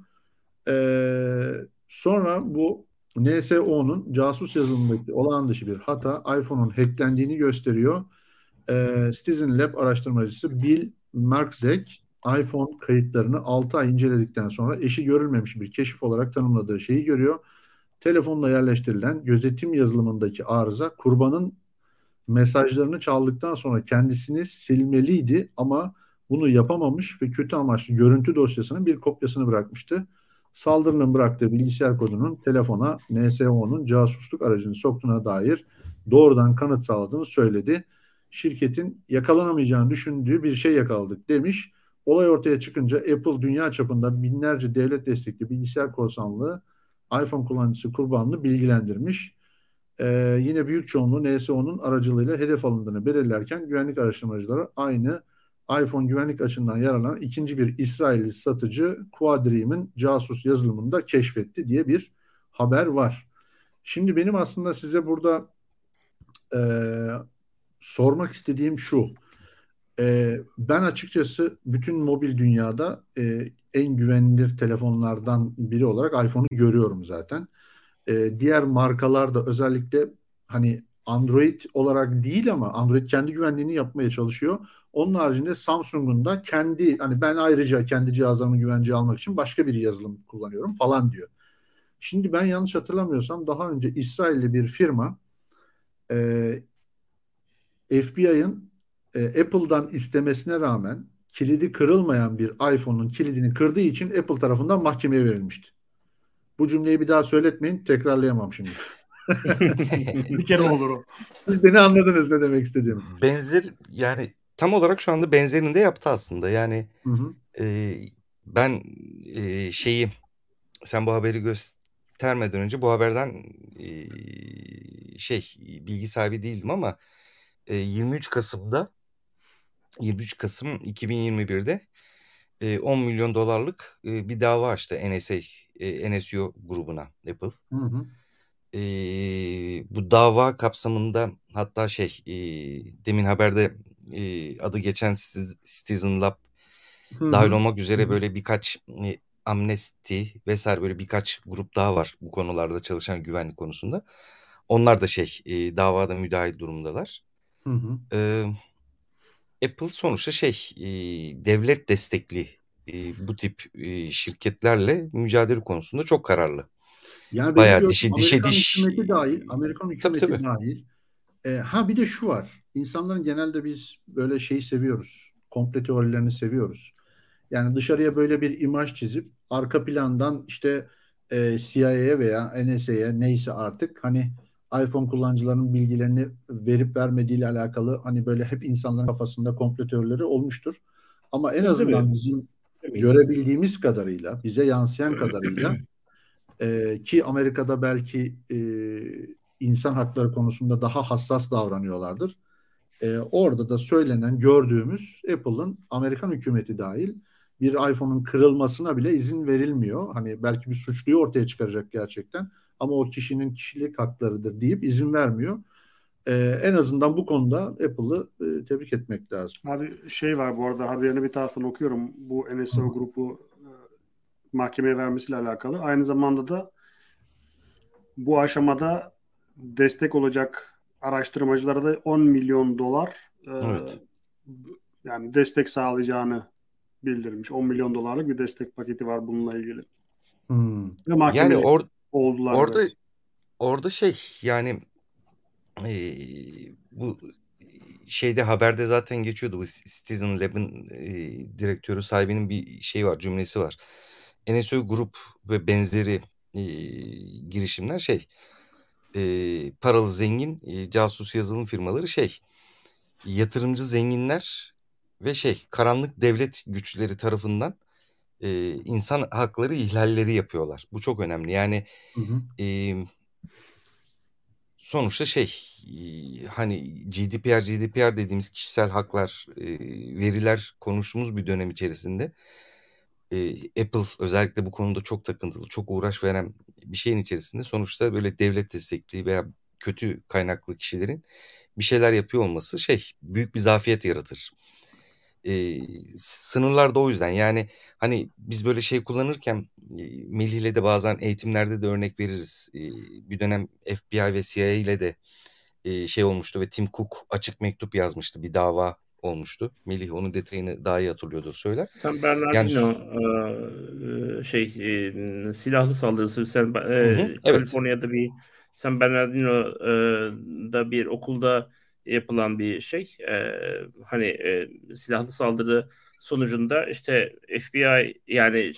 Sonra bu NSO'nun casus yazılımındaki olağan dışı bir hata iPhone'un hacklendiğini gösteriyor. Citizen Lab araştırmacısı Bill Marczek iPhone kayıtlarını 6 ay inceledikten sonra eşi görülmemiş bir keşif olarak tanımladığı şeyi görüyor. Telefonla yerleştirilen gözetim yazılımındaki arıza kurbanın mesajlarını çaldıktan sonra kendisini silmeliydi ama bunu yapamamış ve kötü amaçlı görüntü dosyasının bir kopyasını bırakmıştı. Saldırının bıraktığı bilgisayar kodunun telefona NSO'nun casusluk aracını soktuğuna dair doğrudan kanıt sağladığını söyledi. Şirketin yakalanamayacağını düşündüğü bir şey yakaladık demiş. Olay ortaya çıkınca Apple dünya çapında binlerce devlet destekli bilgisayar korsanlığı iPhone kullanıcısı kurbanını bilgilendirmiş. Yine büyük çoğunluğu NSO'nun aracılığıyla hedef alındığını belirlerken güvenlik araştırmacıları aynı iPhone güvenlik açığından yararlanan ikinci bir İsrailli satıcı Quadream'in casus yazılımını da keşfetti diye bir haber var. Şimdi benim aslında size burada sormak istediğim şu. Ben açıkçası bütün mobil dünyada en güvenilir telefonlardan biri olarak iPhone'u görüyorum zaten. Diğer markalar da özellikle hani Android olarak değil ama Android kendi güvenliğini yapmaya çalışıyor. Onun haricinde Samsung'un da kendi hani ben ayrıca kendi cihazlarımı güvenceye almak için başka bir yazılım kullanıyorum falan diyor. Şimdi ben yanlış hatırlamıyorsam daha önce İsrailli bir firma FBI'ın Apple'dan istemesine rağmen kilidi kırılmayan bir iPhone'un kilidini kırdığı için Apple tarafından mahkemeye verilmişti. Bu cümleyi bir daha söyletmeyin, tekrarlayamam şimdi. Bir kere olur o. Siz beni anladınız ne demek istediğimi. Benzer yani tam olarak şu anda benzerini de yaptı aslında. Yani Hı hı. ben şeyi sen bu haberi göstermeden önce bu haberden bilgi sahibi değildim ama 23 Kasım 2021'de 10 milyon dolarlık bir dava açtı NSO grubuna Apple. Hı hı. Bu dava kapsamında hatta demin haberde adı geçen Citizen Lab Hı dahil hı. olmak üzere Hı hı. böyle birkaç Amnesty vesaire böyle birkaç grup daha var bu konularda çalışan güvenlik konusunda. Onlar da davada müdahil durumdalar. Hı hı. Apple sonuçta devlet destekli bu tip şirketlerle mücadele konusunda çok kararlı. Yani benim Bayağı gördüğüm dişe Amerikan diş. hükümeti dahil, Amerikan Tabii hükümeti tabii. dahil. Bir de şu var. İnsanların genelde biz böyle şeyi seviyoruz. Komple teorilerini seviyoruz. Yani dışarıya böyle bir imaj çizip arka plandan işte CIA'ye veya NSA'ye neyse artık hani iPhone kullanıcılarının bilgilerini verip vermediğiyle alakalı hani böyle hep insanların kafasında komple teorileri olmuştur. Ama en Tabii tabii. azından bizim Demeyiz. görebildiğimiz kadarıyla, bize yansıyan kadarıyla ki Amerika'da belki insan hakları konusunda daha hassas davranıyorlardır. Orada da söylenen, gördüğümüz Apple'ın Amerikan hükümeti dahil bir iPhone'un kırılmasına bile izin verilmiyor. Hani belki bir suçluyu ortaya çıkaracak gerçekten ama o kişinin kişilik haklarıdır deyip izin vermiyor. En azından bu konuda Apple'ı tebrik etmek lazım. Abi şey var bu arada haberini bir taraftan okuyorum. Bu NSO grubu mahkemeye vermesiyle alakalı. Aynı zamanda da bu aşamada destek olacak araştırmacılara da 10 milyon dolar Evet. yani destek sağlayacağını bildirmiş. 10 milyon dolarlık bir destek paketi var bununla ilgili. Ve mahkemeye Yani oldular. orada Evet. orada yani bu haberde zaten geçiyordu, bu Citizen Lab'ın direktörü sahibinin bir var, cümlesi var. NSO Grup ve benzeri girişimler paralı zengin casus yazılım firmaları yatırımcı zenginler ve karanlık devlet güçleri tarafından insan hakları ihlalleri yapıyorlar. Bu çok önemli. Yani Hı hı. sonuçta hani GDPR dediğimiz kişisel haklar, veriler konuştuğumuz bir dönem içerisinde Apple özellikle bu konuda çok takıntılı, çok uğraş veren bir şeyin içerisinde sonuçta böyle devlet destekli veya kötü kaynaklı kişilerin bir şeyler yapıyor olması büyük bir zafiyet yaratır. Sınırlar da o yüzden yani hani biz böyle kullanırken Melih'le de bazen eğitimlerde de örnek veririz. Bir dönem FBI ve CIA ile de olmuştu ve Tim Cook açık mektup yazmıştı, bir dava olmuştu. Melih onun detayını daha iyi hatırlıyordur, söyler. San Yani Bernardino silahlı saldırısı evet. Kaliforniya'da bir San Bernardino'da bir okulda yapılan bir silahlı saldırı sonucunda işte FBI yani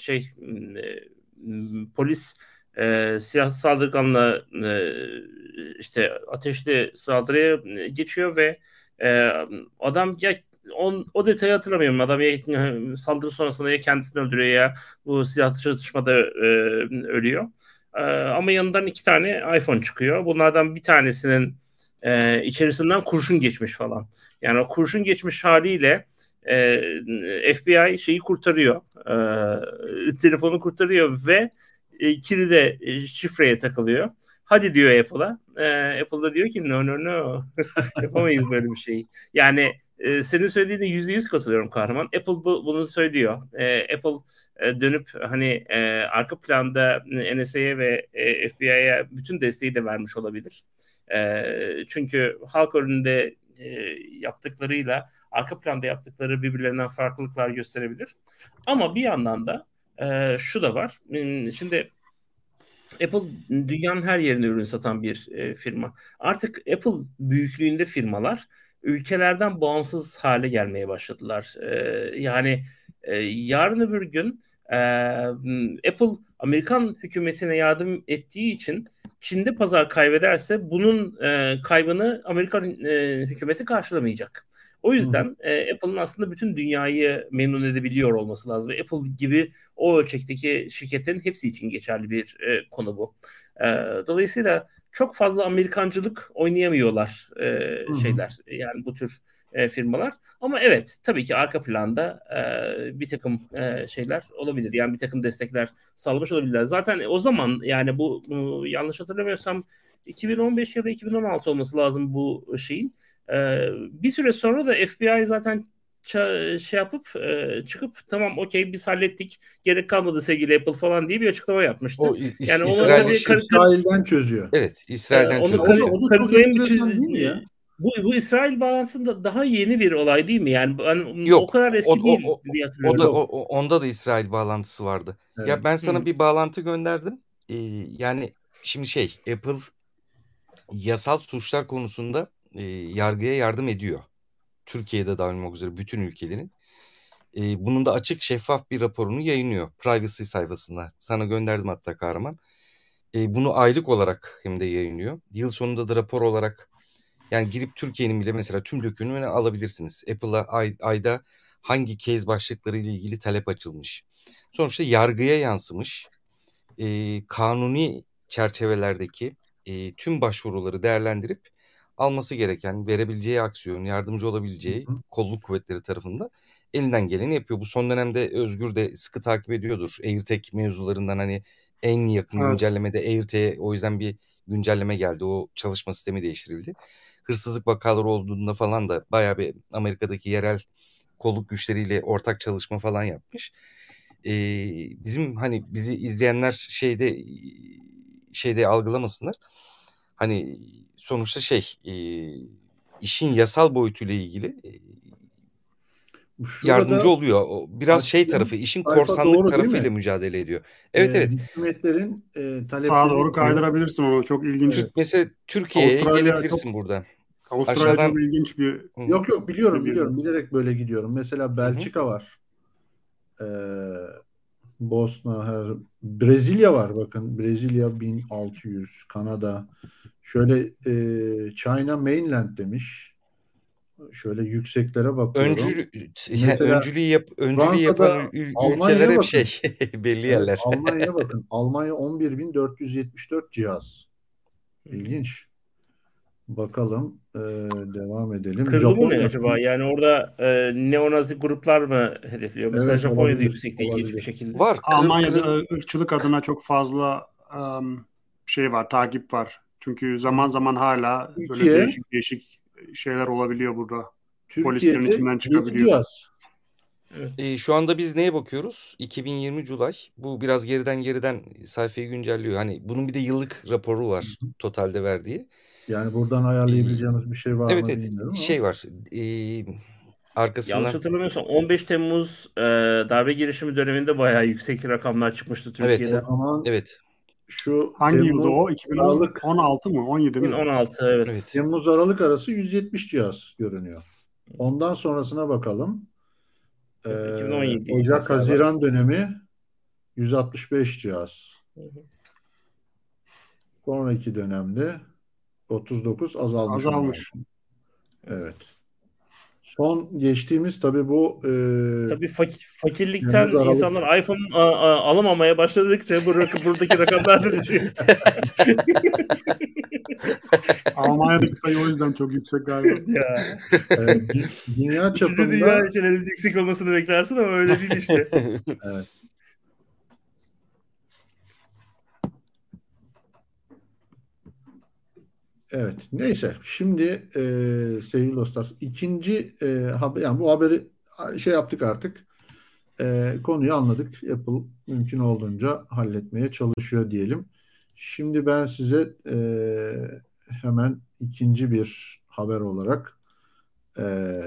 polis silahlı saldırganla işte ateşli saldırıya geçiyor ve adam o detayı hatırlamıyorum. Adam ya saldırı sonrasında ya kendisini öldürüyor ya bu silahlı çatışmada ölüyor. Ama yanından 2 tane iPhone çıkıyor. Bunlardan bir tanesinin içerisinden kurşun geçmiş falan. Yani o kurşun geçmiş haliyle FBI şeyi kurtarıyor. Telefonu kurtarıyor ve kilide şifreye takılıyor. Hadi diyor Apple'a. Apple da diyor ki no. Yapamayız böyle bir şey. Yani senin söylediğine %100 katılıyorum kahraman. Apple bunu söylüyor. Apple dönüp hani arka planda NSA'ya ve FBI'ye bütün desteği de vermiş olabilir. Çünkü halk önünde yaptıklarıyla arka planda yaptıkları birbirlerinden farklılıklar gösterebilir. Ama bir yandan da şu da var. Şimdi Apple dünyanın her yerine ürün satan bir firma. Artık Apple büyüklüğünde firmalar ülkelerden bağımsız hale gelmeye başladılar. Yani yarın öbür gün Apple Amerikan hükümetine yardım ettiği için Çin'de pazar kaybederse bunun kaybını Amerikan hükümeti karşılamayacak. O yüzden Apple'ın aslında bütün dünyayı memnun edebiliyor olması lazım. Ve Apple gibi o ölçekteki şirketlerin hepsi için geçerli bir konu bu. Dolayısıyla çok fazla Amerikancılık oynayamıyorlar şeyler. Yani bu tür firmalar. Ama evet tabii ki arka planda bir takım şeyler olabilir. Yani bir takım destekler sağlamış olabilirler. Zaten o zaman yani bu yanlış hatırlamıyorsam 2015 ya da 2016 olması lazım bu şeyin. Bir süre sonra da FBI zaten şey yapıp çıkıp tamam okey biz hallettik gerek kalmadı sevgili Apple falan diye bir açıklama yapmıştı. Yani İsrail'den çözüyor. Evet, İsrail'den çözüyor. O da çok enteresan değil mi ya? Bu İsrail bağlantısında daha yeni bir olay değil mi? Yani yok, o kadar eski değil diye hatırlıyorum. Onda da İsrail bağlantısı vardı. Evet. Ya ben sana bir bağlantı gönderdim. Yani şimdi Apple yasal suçlar konusunda yargıya yardım ediyor. Türkiye'de dahil olmak üzere bütün ülkelerin. Bunun da açık şeffaf bir raporunu yayınlıyor. Privacy sayfasında. Sana gönderdim hatta kahraman. Bunu aylık olarak hem de yayınlıyor. Yıl sonunda da rapor olarak yani girip Türkiye'nin bile mesela tüm dökümünü alabilirsiniz. Apple'a ayda hangi case başlıkları ile ilgili talep açılmış. Sonuçta yargıya yansımış. Kanuni çerçevelerdeki tüm başvuruları değerlendirip alması gereken, verebileceği aksiyon, yardımcı olabileceği kolluk kuvvetleri tarafından elinden geleni yapıyor. Bu son dönemde Özgür de sıkı takip ediyordur. AirTag mevzularından hani en yakın güncellemede AirTag'e o yüzden bir güncelleme geldi. O çalışma sistemi değiştirildi. Hırsızlık vakaları olduğunda falan da bayağı bir Amerika'daki yerel kolluk güçleriyle ortak çalışma falan yapmış. Bizim hani bizi izleyenler şeyde algılamasınlar. Hani sonuçta işin yasal boyutuyla ilgili yardımcı oluyor. Biraz tarafı, işin korsanlık tarafıyla mücadele ediyor. Evet. Hükümetlerin talepleri... Sağa doğru kaydırabilirsin onu. Çok ilginç. Mesela Türkiye'ye gelebilirsin buradan. Avustralya çok ilginç bir... Yok biliyorum. Bilerek böyle gidiyorum. Mesela Belçika var. Bosna, Brezilya var bakın. Brezilya 1600, Kanada. Şöyle China Mainland demiş. Şöyle yükseklere bakıyorum. Öncülüğü yapan ülkeler hep belli yerler. Almanya'ya bakın. Almanya 11.474 cihaz. İlginç. Bakalım. Devam edelim. Kırdı mı ne acaba? Yani orada neonazi gruplar mı hedefliyor? Mesela Japonya'da yüksek değil hiçbir şekilde. Var. Almanya'da ırkçılık adına çok fazla var, takip var. Çünkü zaman zaman hala böyle değişik şeyler olabiliyor burada. Polislerin içinden çıkabiliyor. Evet. Şu anda biz neye bakıyoruz? 2020 July. Bu biraz geriden sayfayı güncelliyor. Hani bunun bir de yıllık raporu var totalde verdiği. Yani buradan ayarlayabileceğimiz bir şey var mı bilmiyorum ama. Var. Arkasından... Yanlış hatırlamıyorsam 15 Temmuz darbe girişimi döneminde bayağı yüksek rakamlar çıkmıştı Türkiye'de. Evet. Şu hangi yılda o? 2016 mı? 17 mi? 2016 evet. Temmuz Aralık arası 170 cihaz görünüyor. Ondan sonrasına bakalım. 2017 Ocak Haziran dönemi 165 cihaz. Sonraki dönemde 39 azalmış. Evet. Son geçtiğimiz tabii bu tabii fakirlikten insanlar iPhone alamamaya başladıkça buradaki rakamlar da düşüyor. Almanya'daki sayı o yüzden çok yüksek galiba. Ya. Dünya çapında dünya ülkelerinin yüksek olmasını beklersin ama öyle değil işte. Evet. Evet, neyse. Şimdi sevgili dostlar, ikinci yani bu haberi şey yaptık artık. Konuyu anladık. Apple mümkün olduğunca halletmeye çalışıyor diyelim. Şimdi ben size hemen ikinci bir haber olarak e,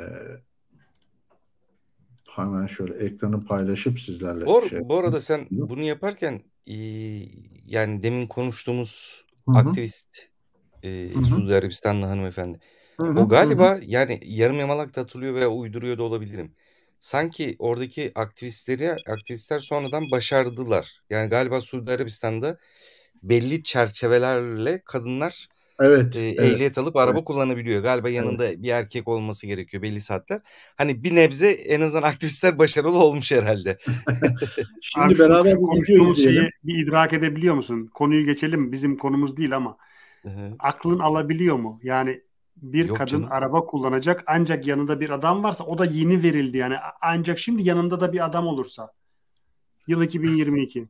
hemen şöyle ekranı paylaşıp sizlerle Bu arada sen bunu yaparken yani demin konuştuğumuz Hı-hı. aktivist Suudi Arabistanlı hanımefendi. Hı-hı. O galiba yani yarım yamalak da hatırlıyor veya uyduruyor da olabilirim. Sanki oradaki aktivistler sonradan başardılar. Yani galiba Suudi Arabistan'da belli çerçevelerle kadınlar Evet, ehliyet alıp araba evet. kullanabiliyor. Galiba yanında bir erkek olması gerekiyor belli saatler. Hani bir nebze en azından aktivistler başarılı olmuş herhalde. Şimdi Abi beraber şu bir video konuştuğumuz izleyelim. şeyi bir idrak edebiliyor musun? Konuyu geçelim. Bizim konumuz değil ama Evet. aklın alabiliyor mu? Yani bir Yok kadın canım. araba kullanacak ancak yanında bir adam varsa, o da yeni verildi yani. Ancak şimdi yanında da bir adam olursa. Yıl 2022.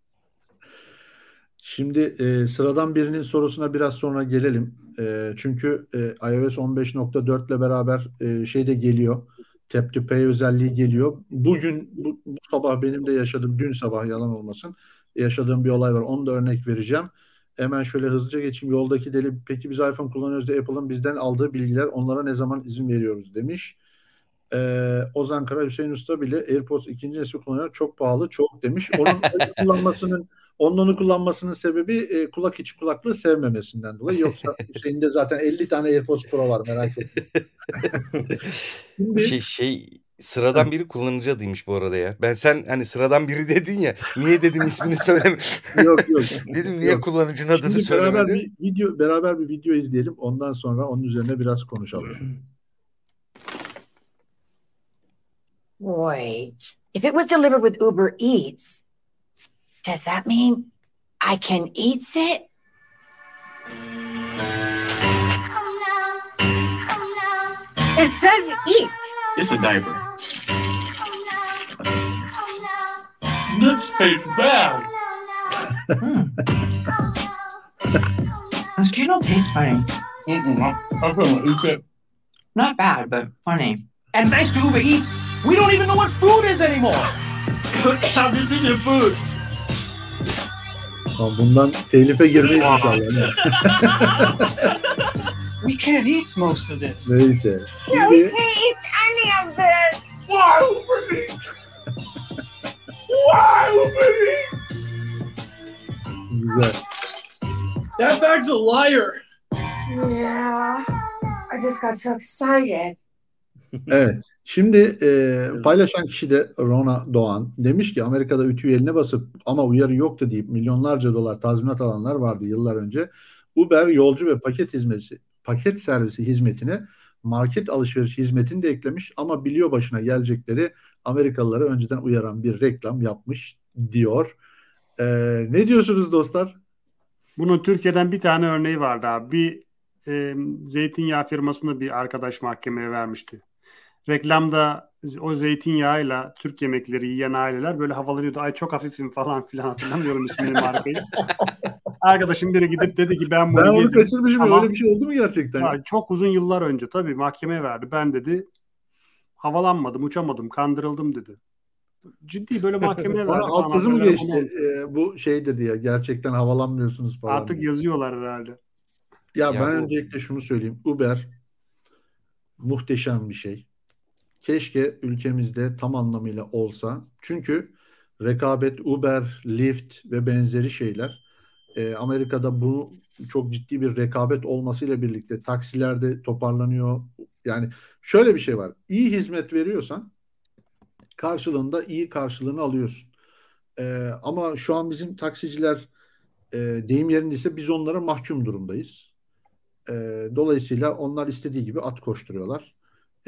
Şimdi sıradan birinin sorusuna biraz sonra gelelim. Çünkü iOS 15.4 ile beraber şey de geliyor. Tap to Pay özelliği geliyor. Bugün bu sabah benim de yaşadığım, dün sabah yalan olmasın, yaşadığım bir olay var. Onu da örnek vereceğim. Hemen şöyle hızlıca geçeyim. Yoldaki deli, peki biz iPhone kullanıyoruz da Apple'ın bizden aldığı bilgiler, onlara ne zaman izin veriyoruz demiş. Ozan Kara, Hüseyin Usta bile AirPods ikinci nesil kullanıyor. Çok pahalı, çok demiş. Onun onu kullanmasının sebebi kulak içi kulaklığı sevmemesinden dolayı. Yoksa Hüseyin'de zaten 50 tane AirPods Pro var, merak etme. Şimdi sıradan biri kullanıcı adıymış bu arada ya. Sen hani sıradan biri dedin ya. Niye dedim ismini söyleme. Yok. Dedim niye kullanıcının adını Şimdi söylemedin? beraber bir video izleyelim. Ondan sonra onun üzerine biraz konuşalım. Wait, if it was delivered with Uber Eats, does that mean I can eat it? It says eat. It's a diaper. This tastes bad. This Kindle tastes funny. I couldn't eat it. Not bad, but funny. And thanks to Uber Eats, we don't even know what food is anymore. This isn't food. Bundan telife girmeyiz inşallah. We can't eat most of this. Neyse. You can't eat any of this. Why Uber Eats? Why Uber Eats? Güzel. That bag's a liar. Yeah, I just got so excited. Evet. Şimdi paylaşan kişi de Rona Doğan demiş ki Amerika'da ütüyü eline basıp ama uyarı yoktu deyip milyonlarca dolar tazminat alanlar vardı yıllar önce. Uber yolcu ve paket servisi hizmetine market alışveriş hizmetini de eklemiş ama biliyor başına gelecekleri Amerikalıları önceden uyaran bir reklam yapmış diyor. Ne diyorsunuz dostlar? Bunun Türkiye'den bir tane örneği vardı abi. Bir zeytinyağı firmasını bir arkadaş mahkemeye vermişti. Reklamda o zeytinyağıyla Türk yemekleri yiyen aileler böyle havalanıyordu. Ay çok hafifim falan filan, hatırlamıyorum ismini, markayı. Arkadaşım biri gidip dedi ki ben bunu onu kaçırmışım. Ama öyle bir şey oldu mu gerçekten? Ya, çok uzun yıllar önce tabii mahkemeye verdi. Ben dedi havalanmadım, uçamadım, kandırıldım dedi. Ciddi böyle mahkemeye verdi. Alt yazı mı geçti? Bu şey dedi ya, gerçekten havalanmıyorsunuz falan. Artık diye yazıyorlar herhalde. Ya ben öncelikle şunu söyleyeyim. Uber muhteşem bir şey. Keşke ülkemizde tam anlamıyla olsa. Çünkü rekabet, Uber, Lyft ve benzeri şeyler Amerika'da bu çok ciddi bir rekabet olmasıyla birlikte taksilerde toparlanıyor. Yani şöyle bir şey var. İyi hizmet veriyorsan karşılığında iyi karşılığını alıyorsun. Ama şu an bizim taksiciler deyim yerindeyse biz onlara mahkum durumdayız. Dolayısıyla onlar istediği gibi at koşturuyorlar.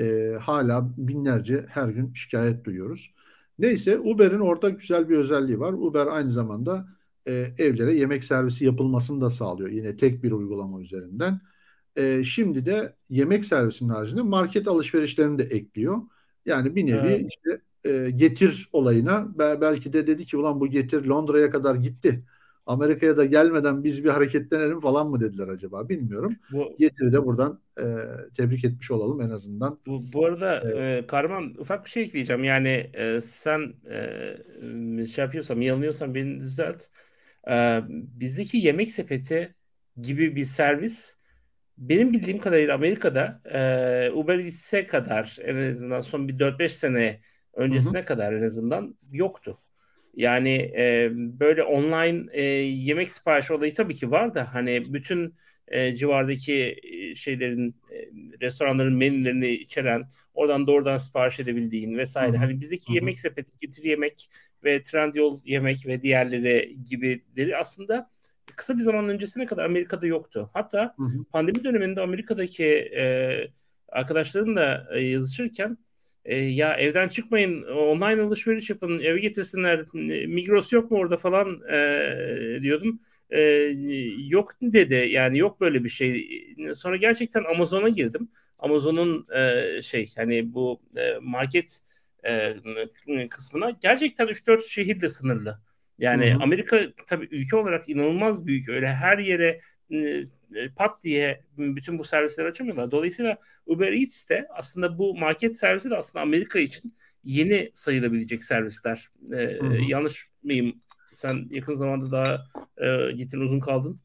Hala binlerce her gün şikayet duyuyoruz. Neyse, Uber'in orada güzel bir özelliği var. Uber aynı zamanda evlere yemek servisi yapılmasını da sağlıyor. Yine tek bir uygulama üzerinden. Şimdi de yemek servisinin haricinde market alışverişlerini de ekliyor. Yani bir nevi işte Getir olayına belki de dedi ki ulan bu Getir Londra'ya kadar gitti. Amerika'ya da gelmeden biz bir hareketlenelim falan mı dediler acaba, bilmiyorum. Bu Getir'i de buradan tebrik etmiş olalım en azından. Bu arada Kahraman, ufak bir şey ekleyeceğim. Yani sen şey yapıyorsan, yanılıyorsan beni düzelt. Bizdeki Yemek Sepeti gibi bir servis benim bildiğim kadarıyla Amerika'da Uber Eats'e kadar, en azından son bir 4-5 sene öncesine kadar en azından yoktu. Yani böyle online yemek siparişi olayı tabii ki var da hani bütün civardaki şeylerin, restoranların menülerini içeren, oradan doğrudan sipariş edebildiğin vesaire. Hani bizdeki Yemek Sepeti, Getir Yemek ve Trendyol Yemek ve diğerleri gibileri aslında kısa bir zaman öncesine kadar Amerika'da yoktu. Hatta pandemi döneminde Amerika'daki arkadaşlarımla yazışırken ya evden çıkmayın, online alışveriş yapın, eve getirsinler, Migros yok mu orada falan diyordum. Yok dedi, yani yok böyle bir şey. Sonra gerçekten Amazon'a girdim. Amazon'un hani bu market kısmına gerçekten 3-4 şehirle sınırlı. Yani Amerika tabii ülke olarak inanılmaz büyük. Öyle her yere pat diye bütün bu servisleri açamıyorlar. Dolayısıyla Uber Eats de aslında, bu market servisi de aslında Amerika için yeni sayılabilecek servisler. Yanlış mıyım? Sen yakın zamanda daha gittin, uzun kaldın.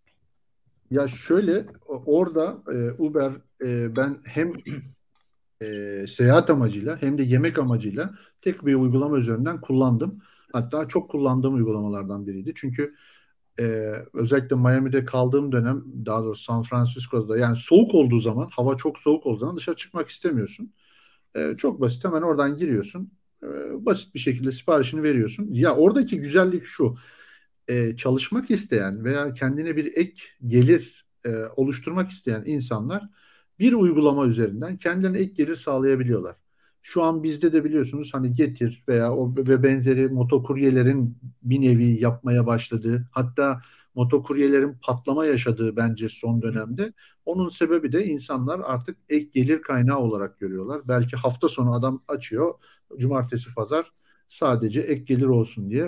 Ya şöyle, orada Uber ben hem seyahat amacıyla hem de yemek amacıyla tek bir uygulama üzerinden kullandım. Hatta çok kullandığım uygulamalardan biriydi. Çünkü özellikle Miami'de kaldığım dönem, daha doğrusu San Francisco'da, yani soğuk olduğu zaman, hava çok soğuk olduğu zaman dışarı çıkmak istemiyorsun. Çok basit, hemen oradan giriyorsun. Basit bir şekilde siparişini veriyorsun. Ya oradaki güzellik şu: çalışmak isteyen veya kendine bir ek gelir oluşturmak isteyen insanlar bir uygulama üzerinden kendilerine ek gelir sağlayabiliyorlar. Şu an bizde de biliyorsunuz hani Getir veya o ve benzeri motokuryelerin bir nevi yapmaya başladığı, hatta motokuryelerin patlama yaşadığı bence son dönemde. Onun sebebi de insanlar artık ek gelir kaynağı olarak görüyorlar. Belki hafta sonu adam açıyor, cumartesi pazar sadece ek gelir olsun diye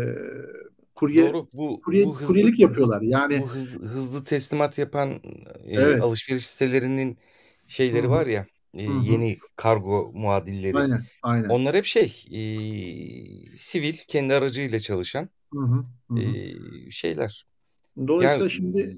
Doğru, bu kuryelik yapıyorlar. Yani bu hızlı teslimat yapan evet. alışveriş sitelerinin şeyleri var ya, yeni kargo muadilleri. Aynen. Onlar hep sivil, kendi aracıyla çalışan şeyler. Dolayısıyla Yani şimdi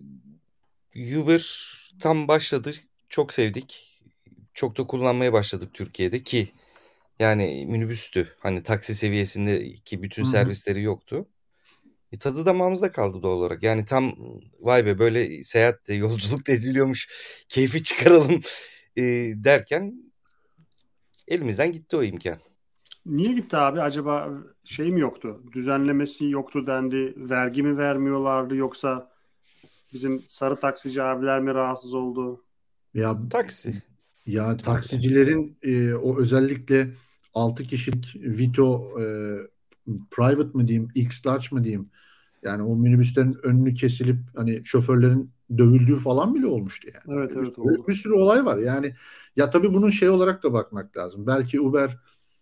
Uber tam başladı, çok sevdik. Çok da kullanmaya başladık Türkiye'de ki yani minibüstü. Hani taksi seviyesindeki bütün servisleri yoktu. Tadı damağımızda kaldı doğal olarak. Yani tam vay be, böyle seyahat de, yolculuk da ediliyormuş, keyfi çıkaralım derken elimizden gitti o imkan. Niye gitti abi? Acaba şey mi yoktu? Düzenlemesi yoktu dendi. Vergi mi vermiyorlardı, yoksa bizim sarı taksici abiler mi rahatsız oldu? Ya Taksi. Ya taksicilerin o özellikle 6 kişilik Vito private mı diyeyim, X-Large mı diyeyim, yani o minibüslerin önünü kesilip hani şoförlerin dövüldüğü falan bile olmuştu yani. Evet oldu. Bir sürü olay var yani. Ya tabii bunun şey olarak da bakmak lazım. Belki Uber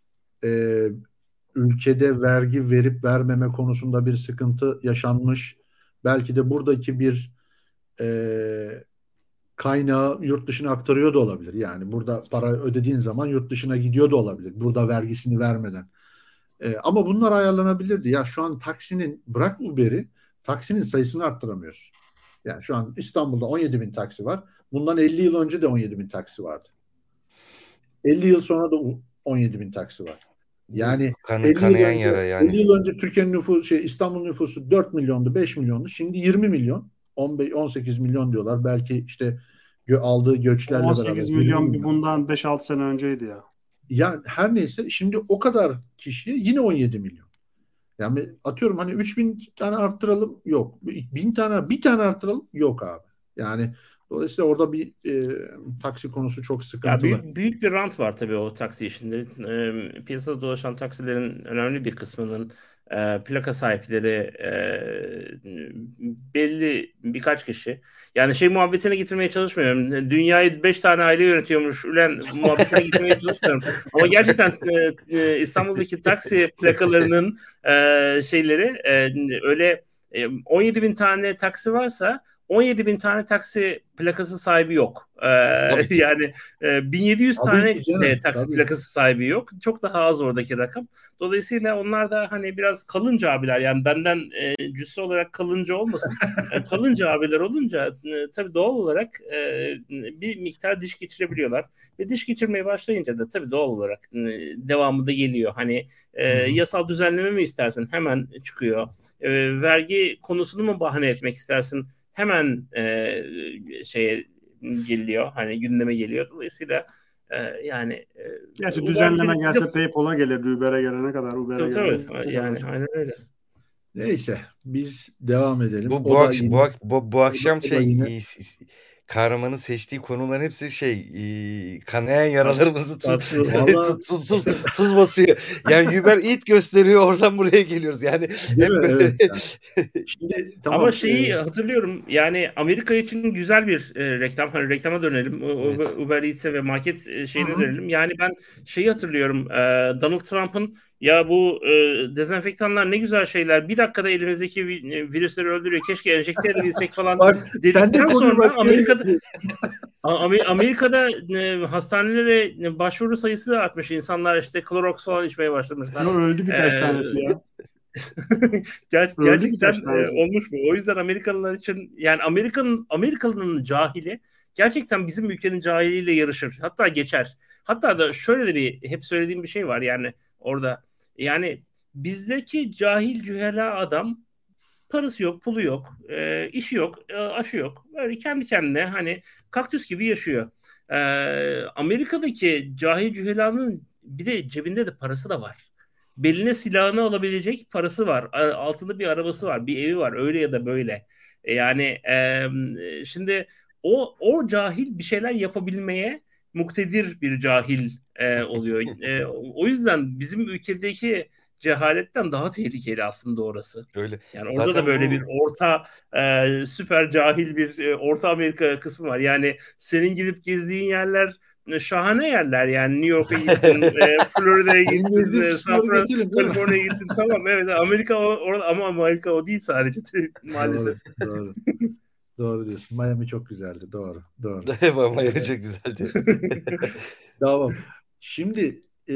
ülkede vergi verip vermeme konusunda bir sıkıntı yaşanmış. Belki de buradaki bir kaynağı yurt dışına aktarıyor da olabilir. Yani burada para ödediğin zaman yurt dışına gidiyor da olabilir. Burada vergisini vermeden. Ama bunlar ayarlanabilirdi. Ya şu an taksinin, bırak Uber'i, taksinin sayısını arttıramıyorsun. Yani şu an İstanbul'da 17 bin taksi var. Bundan 50 yıl önce de 17 bin taksi vardı. 50 yıl sonra da 17 bin taksi var. Yani 50 yıl önce Türkiye'nin nüfusu, İstanbul nüfusu 4 milyondu, 5 milyondu. Şimdi 20 milyon, 18 milyon diyorlar. Belki işte aldığı göçlerle 18 beraber. milyon bundan 5-6 sene önceydi ya. Ya her neyse, şimdi o kadar kişiye yine 17 milyon. Yani atıyorum hani 3000 tane arttıralım, yok. 1000 tane, bir tane arttıralım, yok abi. Yani dolayısıyla orada bir taksi konusu çok sıkıntılı. Ya büyük bir rant var tabii o taksi işinde. Piyasada dolaşan taksilerin önemli bir kısmının plaka sahipleri belli birkaç kişi. Yani şey muhabbetine getirmeye çalışmıyorum. Dünyayı 5 tane aile yönetiyormuş ülen muhabbetine getirmeye çalışmıyorum. Ama gerçekten İstanbul'daki taksi plakalarının şeyleri öyle 17 bin tane taksi varsa 17 bin tane taksi plakası sahibi yok. Yani 1700 Tabii tane ki canım, taksi tabii. plakası sahibi yok. Çok daha az oradaki rakam. Dolayısıyla onlar da hani biraz kalınca abiler, yani benden cüssü olarak kalınca olmasın. Kalınca abiler olunca tabii doğal olarak bir miktar diş geçirebiliyorlar. Ve diş geçirmeye başlayınca da tabii doğal olarak devamı da geliyor. Hani yasal düzenleme mi istersin? Hemen çıkıyor. Vergi konusunu mu bahane etmek istersin? Hemen şeye geliyor. Hani gündeme geliyor. Dolayısıyla yani Gerçi Uber düzenleme bize- gelse PayPal'a gelir, Uber'e gelene kadar. Uber'e tabii gelene tabii. kadar. Yani aynen öyle. Neyse biz devam edelim. Bu, O bu, da akş- yine- bu, ak- bu akşam o da yine- kahramanın seçtiği konuların hepsi kanayan yaralarımızı Vallahi- tuz basıyor. Yani Uber Eats gösteriyor, oradan buraya geliyoruz. Yani Değil hep mi? böyle. Evet, yani. Şimdi tamam. Ama şeyi hatırlıyorum, yani Amerika için güzel bir reklam. Hani reklama dönelim. Evet. Uber Eats'e ve market şeyine Hı hı. dönelim. Yani ben şeyi hatırlıyorum. Donald Trump'ın ya bu dezenfektanlar ne güzel şeyler. Bir dakikada elimizdeki virüsleri öldürüyor. Keşke enjekte edebilsek falan. Bak sen de Dedikten konuyu sonra başka yere Amerika'da getiriyorsun. Amerika'da hastanelere başvuru sayısı da artmış. İnsanlar işte Clorox falan içmeye başlamışlar. Ama öldü birkaç tanesi ya. Öldü Gerçekten birkaç tanesi. olmuş mu? O yüzden Amerikalılar için, yani Amerikalı'nın cahili gerçekten bizim ülkenin cahiliyle yarışır. Hatta geçer. Hatta da şöyle de bir hep söylediğim bir şey var yani orada. Yani bizdeki cahil cühela adam parası yok, pulu yok, işi yok, aşı yok. Böyle kendi kendine hani kaktüs gibi yaşıyor. Amerika'daki cahil cühelanın bir de cebinde de parası da var. Beline silahını alabilecek parası var. Altında bir arabası var, bir evi var. Öyle ya da böyle. Yani şimdi o cahil bir şeyler yapabilmeye muktedir bir cahil oluyor. O yüzden bizim ülkedeki cehaletten daha tehlikeli aslında orası. Öyle. Yani orada Zaten da böyle bu- bir orta süper cahil bir Orta Amerika kısmı var. Yani senin gidip gezdiğin yerler şahane yerler. Yani New York'a gittin, Florida'ya Benim gittin, gezdiğim San kısımları Francisco, geçelim, değil mi? Kaliforniya'ya gittin. Tamam, evet, Amerika orada, ama Amerika o değil sadece maalesef. Doğru. Doğru diyorsun. Miami çok güzeldi. Doğru. Miami çok güzeldi. Tamam. Şimdi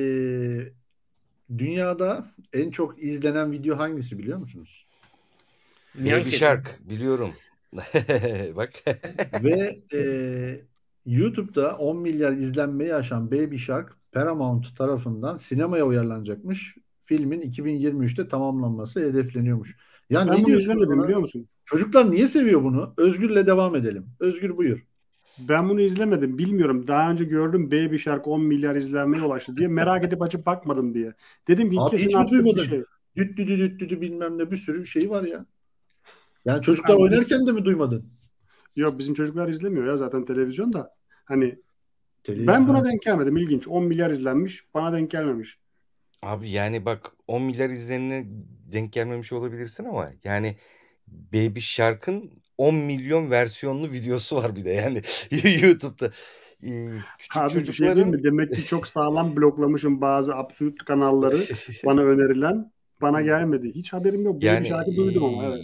dünyada en çok izlenen video hangisi biliyor musunuz? Baby Shark biliyorum. Bak. Ve YouTube'da 10 milyar izlenmeyi aşan Baby Shark Paramount tarafından sinemaya uyarlanacakmış. Filmin 2023'te tamamlanması hedefleniyormuş. Ya Ben ne bunu diyorsunuz izlemedim buna? biliyor musun? Çocuklar niye seviyor bunu? Özgür'le devam edelim. Özgür buyur. Ben bunu izlemedim. Bilmiyorum. Daha önce gördüm Baby Shark 10 milyar izlenmeye ulaştı diye. Merak edip açıp bakmadım diye. Dedim ki Abi kesin hiç mi absürt bir duymadın? şey. Düt bilmem ne bir sürü şey var ya. Yani çocuklar Abi, oynarken de mi duymadın? Yok, bizim çocuklar izlemiyor ya zaten televizyonda. Hani Televizyon. ben buna denk gelmedim. İlginç. 10 milyar izlenmiş. Bana denk gelmemiş. Abi yani bak 10 milyar izlenene denk gelmemiş olabilirsin ama yani Baby Shark'ın 10 milyon versiyonlu videosu var bir de yani YouTube'da. Küçük Abi bir şey çocukların diyeyim mi? Demek ki çok sağlam bloklamışım bazı absürt kanalları bana önerilen. Bana gelmedi. Hiç haberim yok. Böyle bir yani şarkı duydum ama evet.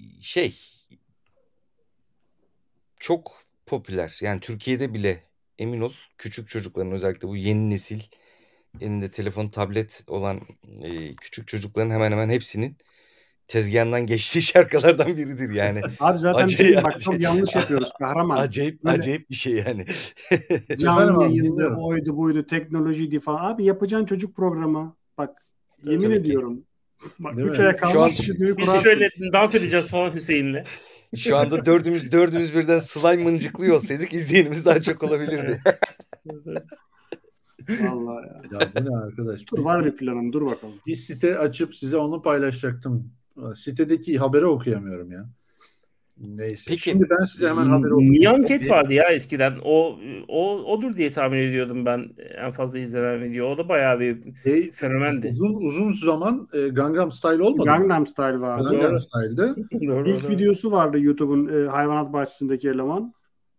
çok popüler. Yani Türkiye'de bile emin ol küçük çocukların, özellikle bu yeni nesil elinde telefon, tablet olan küçük çocukların hemen hemen hepsinin tezgahından geçtiği şarkılardan biridir yani. Abi zaten bir şey diyeyim, bak çok yanlış yapıyoruz kahraman. Acayip bir şey yani. Canlı Efendim abi, yayında dinliyorum. oydu buydu teknolojiydi falan. Abi yapacaksın çocuk programı. Bak yemin Tabii ki. ediyorum. Bak Değil 3 mi? aya Şu kalmaz an- stüdyoyu Biz kurarsın. şöyle dans edeceğiz falan Hüseyin'le. Şu anda dördümüz birden slime mıncıklıyor olsaydık izleyenimiz daha çok olabilirdi. Vallahi ya. Ya bu ne arkadaş? Dur var bir planım, dur bakalım. Bir site açıp size onu paylaşacaktım. Sitedeki haberi okuyamıyorum ya. Neyse. Peki. Şimdi ben size hemen haberi okuyayım. Nyan Cat vardı ya eskiden. Odur diye tahmin ediyordum ben, en fazla izlenen video. O da bayağı bir fenomendi. Uzun zaman Gangnam Style olmadı mı? Gangnam Style vardı. Gangnam Doğru. Style'de. Doğru, İlk doğru. videosu vardı YouTube'un hayvanat bahçesindeki eleman.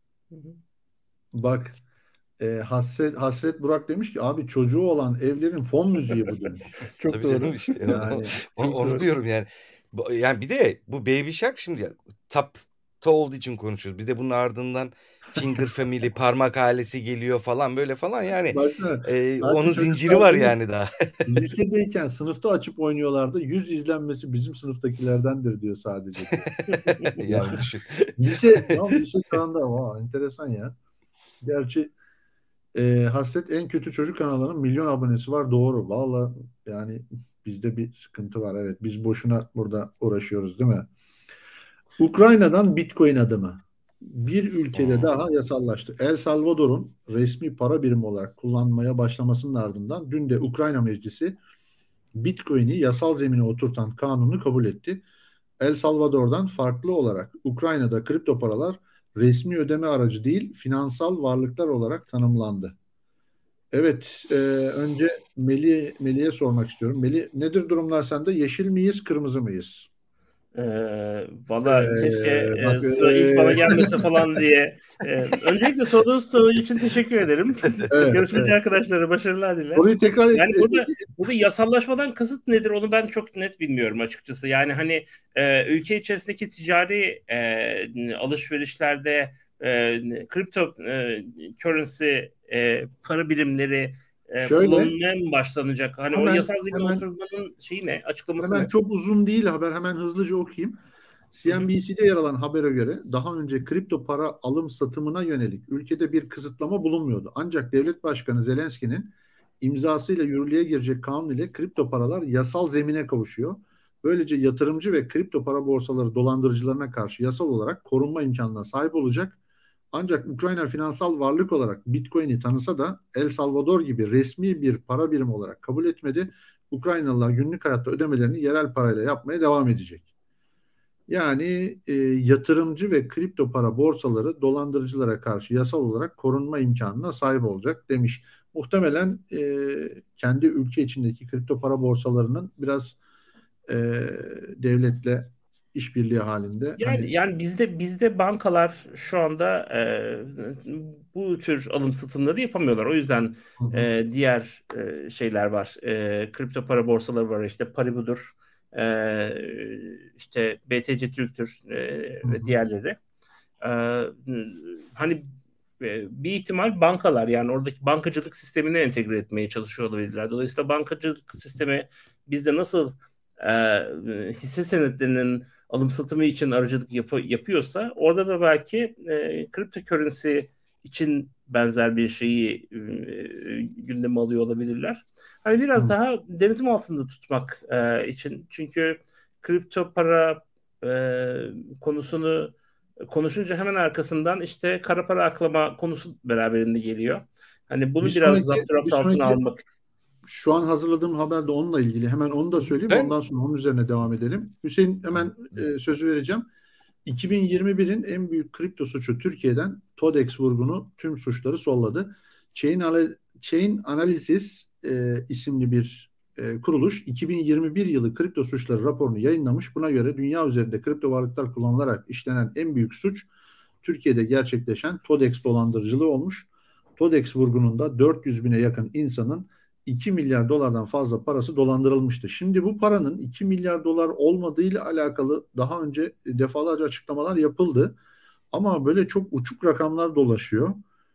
Bak Hasret Burak demiş ki abi çocuğu olan evlerin fon müziği bu demiş. Çok Tabii doğru. canım işte. Yani onu doğru. diyorum yani. Yani bir de bu Baby Shark şimdi Tap'ta olduğu için konuşuyoruz. Bir de bunun ardından Finger Family, parmak ailesi geliyor falan böyle falan yani. Baksana, sadece Onun çocuklar zinciri var değil, yani daha. lisedeyken sınıfta açıp oynuyorlardı. 100 izlenmesi bizim sınıftakilerdendir diyor sadece. Yani düşün. Lise çağında enteresan ya. Gerçi Hasret en kötü çocuk kanalının milyon abonesi var, doğru. Vallahi yani bizde bir sıkıntı var. Evet, biz boşuna burada uğraşıyoruz değil mi? Ukrayna'dan Bitcoin adımı bir ülkede daha yasallaştı. El Salvador'un resmi para birimi olarak kullanmaya başlamasının ardından dün de Ukrayna Meclisi Bitcoin'i yasal zemine oturtan kanunu kabul etti. El Salvador'dan farklı olarak Ukrayna'da kripto paralar resmi ödeme aracı değil, finansal varlıklar olarak tanımlandı. Evet, önce Melih'e sormak istiyorum. Melih, nedir durumlar sende? Yeşil miyiz, kırmızı mıyız? Valla keşke Bak, sıra ilk bana gelmese falan diye. Öncelikle sorduğunuz soru için teşekkür ederim. Evet, Yarışmacı arkadaşlara başarılar dilerim. Soruyu tekrar Yani burada yasallaşmadan kasıt nedir onu ben çok net bilmiyorum açıkçası. Yani hani ülke içerisindeki ticari alışverişlerde kripto currency para birimleri kullanılmaya mı başlanacak? Hani o yasal zemine oturmanın şeyi ne? Açıklaması hemen ne? çok uzun değil haber. Hemen hızlıca okuyayım. CNBC'de yer alan habere göre daha önce kripto para alım satımına yönelik ülkede bir kısıtlama bulunmuyordu. Ancak Devlet Başkanı Zelenski'nin imzasıyla yürürlüğe girecek kanun ile kripto paralar yasal zemine kavuşuyor. Böylece yatırımcı ve kripto para borsaları dolandırıcılarına karşı yasal olarak korunma imkanına sahip olacak. Ancak Ukrayna finansal varlık olarak Bitcoin'i tanısa da El Salvador gibi resmi bir para birimi olarak kabul etmedi. Ukraynalılar günlük hayatta ödemelerini yerel parayla yapmaya devam edecek. Yani yatırımcı ve kripto para borsaları dolandırıcılara karşı yasal olarak korunma imkanına sahip olacak demiş. Muhtemelen kendi ülke içindeki kripto para borsalarının biraz devletle işbirliği halinde. Yani bizde bankalar şu anda bu tür alım satımları yapamıyorlar. O yüzden diğer şeyler var. Kripto para borsaları var. İşte Paribu'dur. İşte BTC Türk'tür ve diğerleri. Hani bir ihtimal bankalar yani oradaki bankacılık sistemine entegre etmeye çalışıyor olabilirler. Dolayısıyla bankacılık sistemi bizde nasıl hisse senetlerinin alım satımı için aracılık yapıyorsa orada da belki kripto currency için benzer bir şeyi gündeme alıyor olabilirler. Hani biraz daha denetim altında tutmak için. Çünkü kripto para konusunu konuşunca hemen arkasından işte kara para aklama konusu beraberinde geliyor. Hani bunu biraz zapturapt altına almak. Şu an hazırladığım haber de onunla ilgili. Hemen onu da söyleyeyim. Ondan sonra onun üzerine devam edelim. Hüseyin hemen sözü vereceğim. 2021'in en büyük kripto suçu Türkiye'den TODEX vurgunu tüm suçları solladı. Chain Analysis isimli bir kuruluş 2021 yılı kripto suçları raporunu yayınlamış. Buna göre dünya üzerinde kripto varlıklar kullanılarak işlenen en büyük suç Türkiye'de gerçekleşen TODEX dolandırıcılığı olmuş. TODEX vurgununda 400 bine yakın insanın 2 milyar dolardan fazla parası dolandırılmıştı. Şimdi bu paranın 2 milyar dolar olmadığıyla alakalı daha önce defalarca açıklamalar yapıldı. Ama böyle çok uçuk rakamlar dolaşıyor.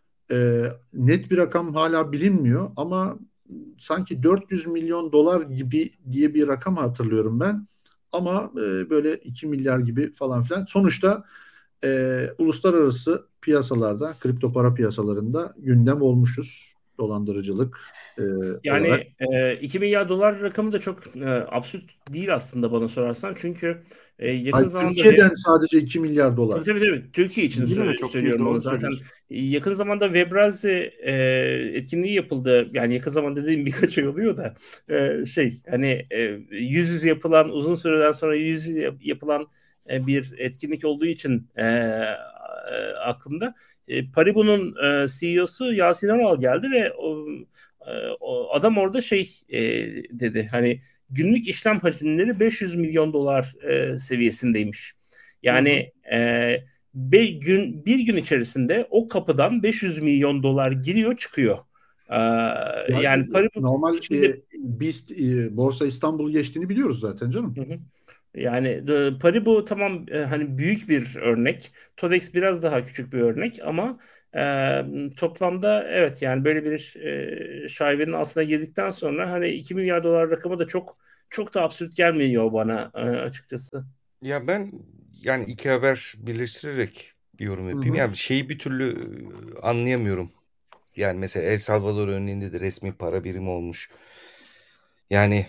Net bir rakam hala bilinmiyor ama sanki 400 milyon dolar gibi diye bir rakam hatırlıyorum ben. Ama böyle 2 milyar gibi falan filan. Sonuçta uluslararası piyasalarda, kripto para piyasalarında gündem olmuşuz. Dolandırıcılık yani olarak. 2 milyar dolar rakamı da çok absürt değil aslında bana sorarsan. Çünkü yakın zamanda Türkiye'den sadece 2 milyar dolar. Tabii. Türkiye için söylüyorum onu zaten. Yakın zamanda Webrazi etkinliği yapıldı. Yani yakın zamanda dediğim birkaç ay oluyor da hani yüz yüze yapılan uzun süreden sonra yüz yüze yapılan bir etkinlik olduğu için aklımda. Paribu'nun CEO'su Yasin Oral geldi ve o adam orada dedi hani günlük işlem hacimleri 500 milyon dolar seviyesindeymiş. Yani bir gün içerisinde o kapıdan 500 milyon dolar giriyor çıkıyor. Yani Paribu normal BIST Borsa İstanbul'u geçtiğini biliyoruz zaten canım. Yani Paribu tamam, hani büyük bir örnek. Todex biraz daha küçük bir örnek ama toplamda evet, yani böyle bir şaibenin altına girdikten sonra hani 2 milyar dolar rakamı da çok çok da absürt gelmiyor bana açıkçası. Ya ben yani iki haber birleştirerek bir yorum Hı yapayım. hı. Yani şeyi bir türlü anlayamıyorum. Yani mesela El Salvador örneğinde de resmi para birimi olmuş. Yani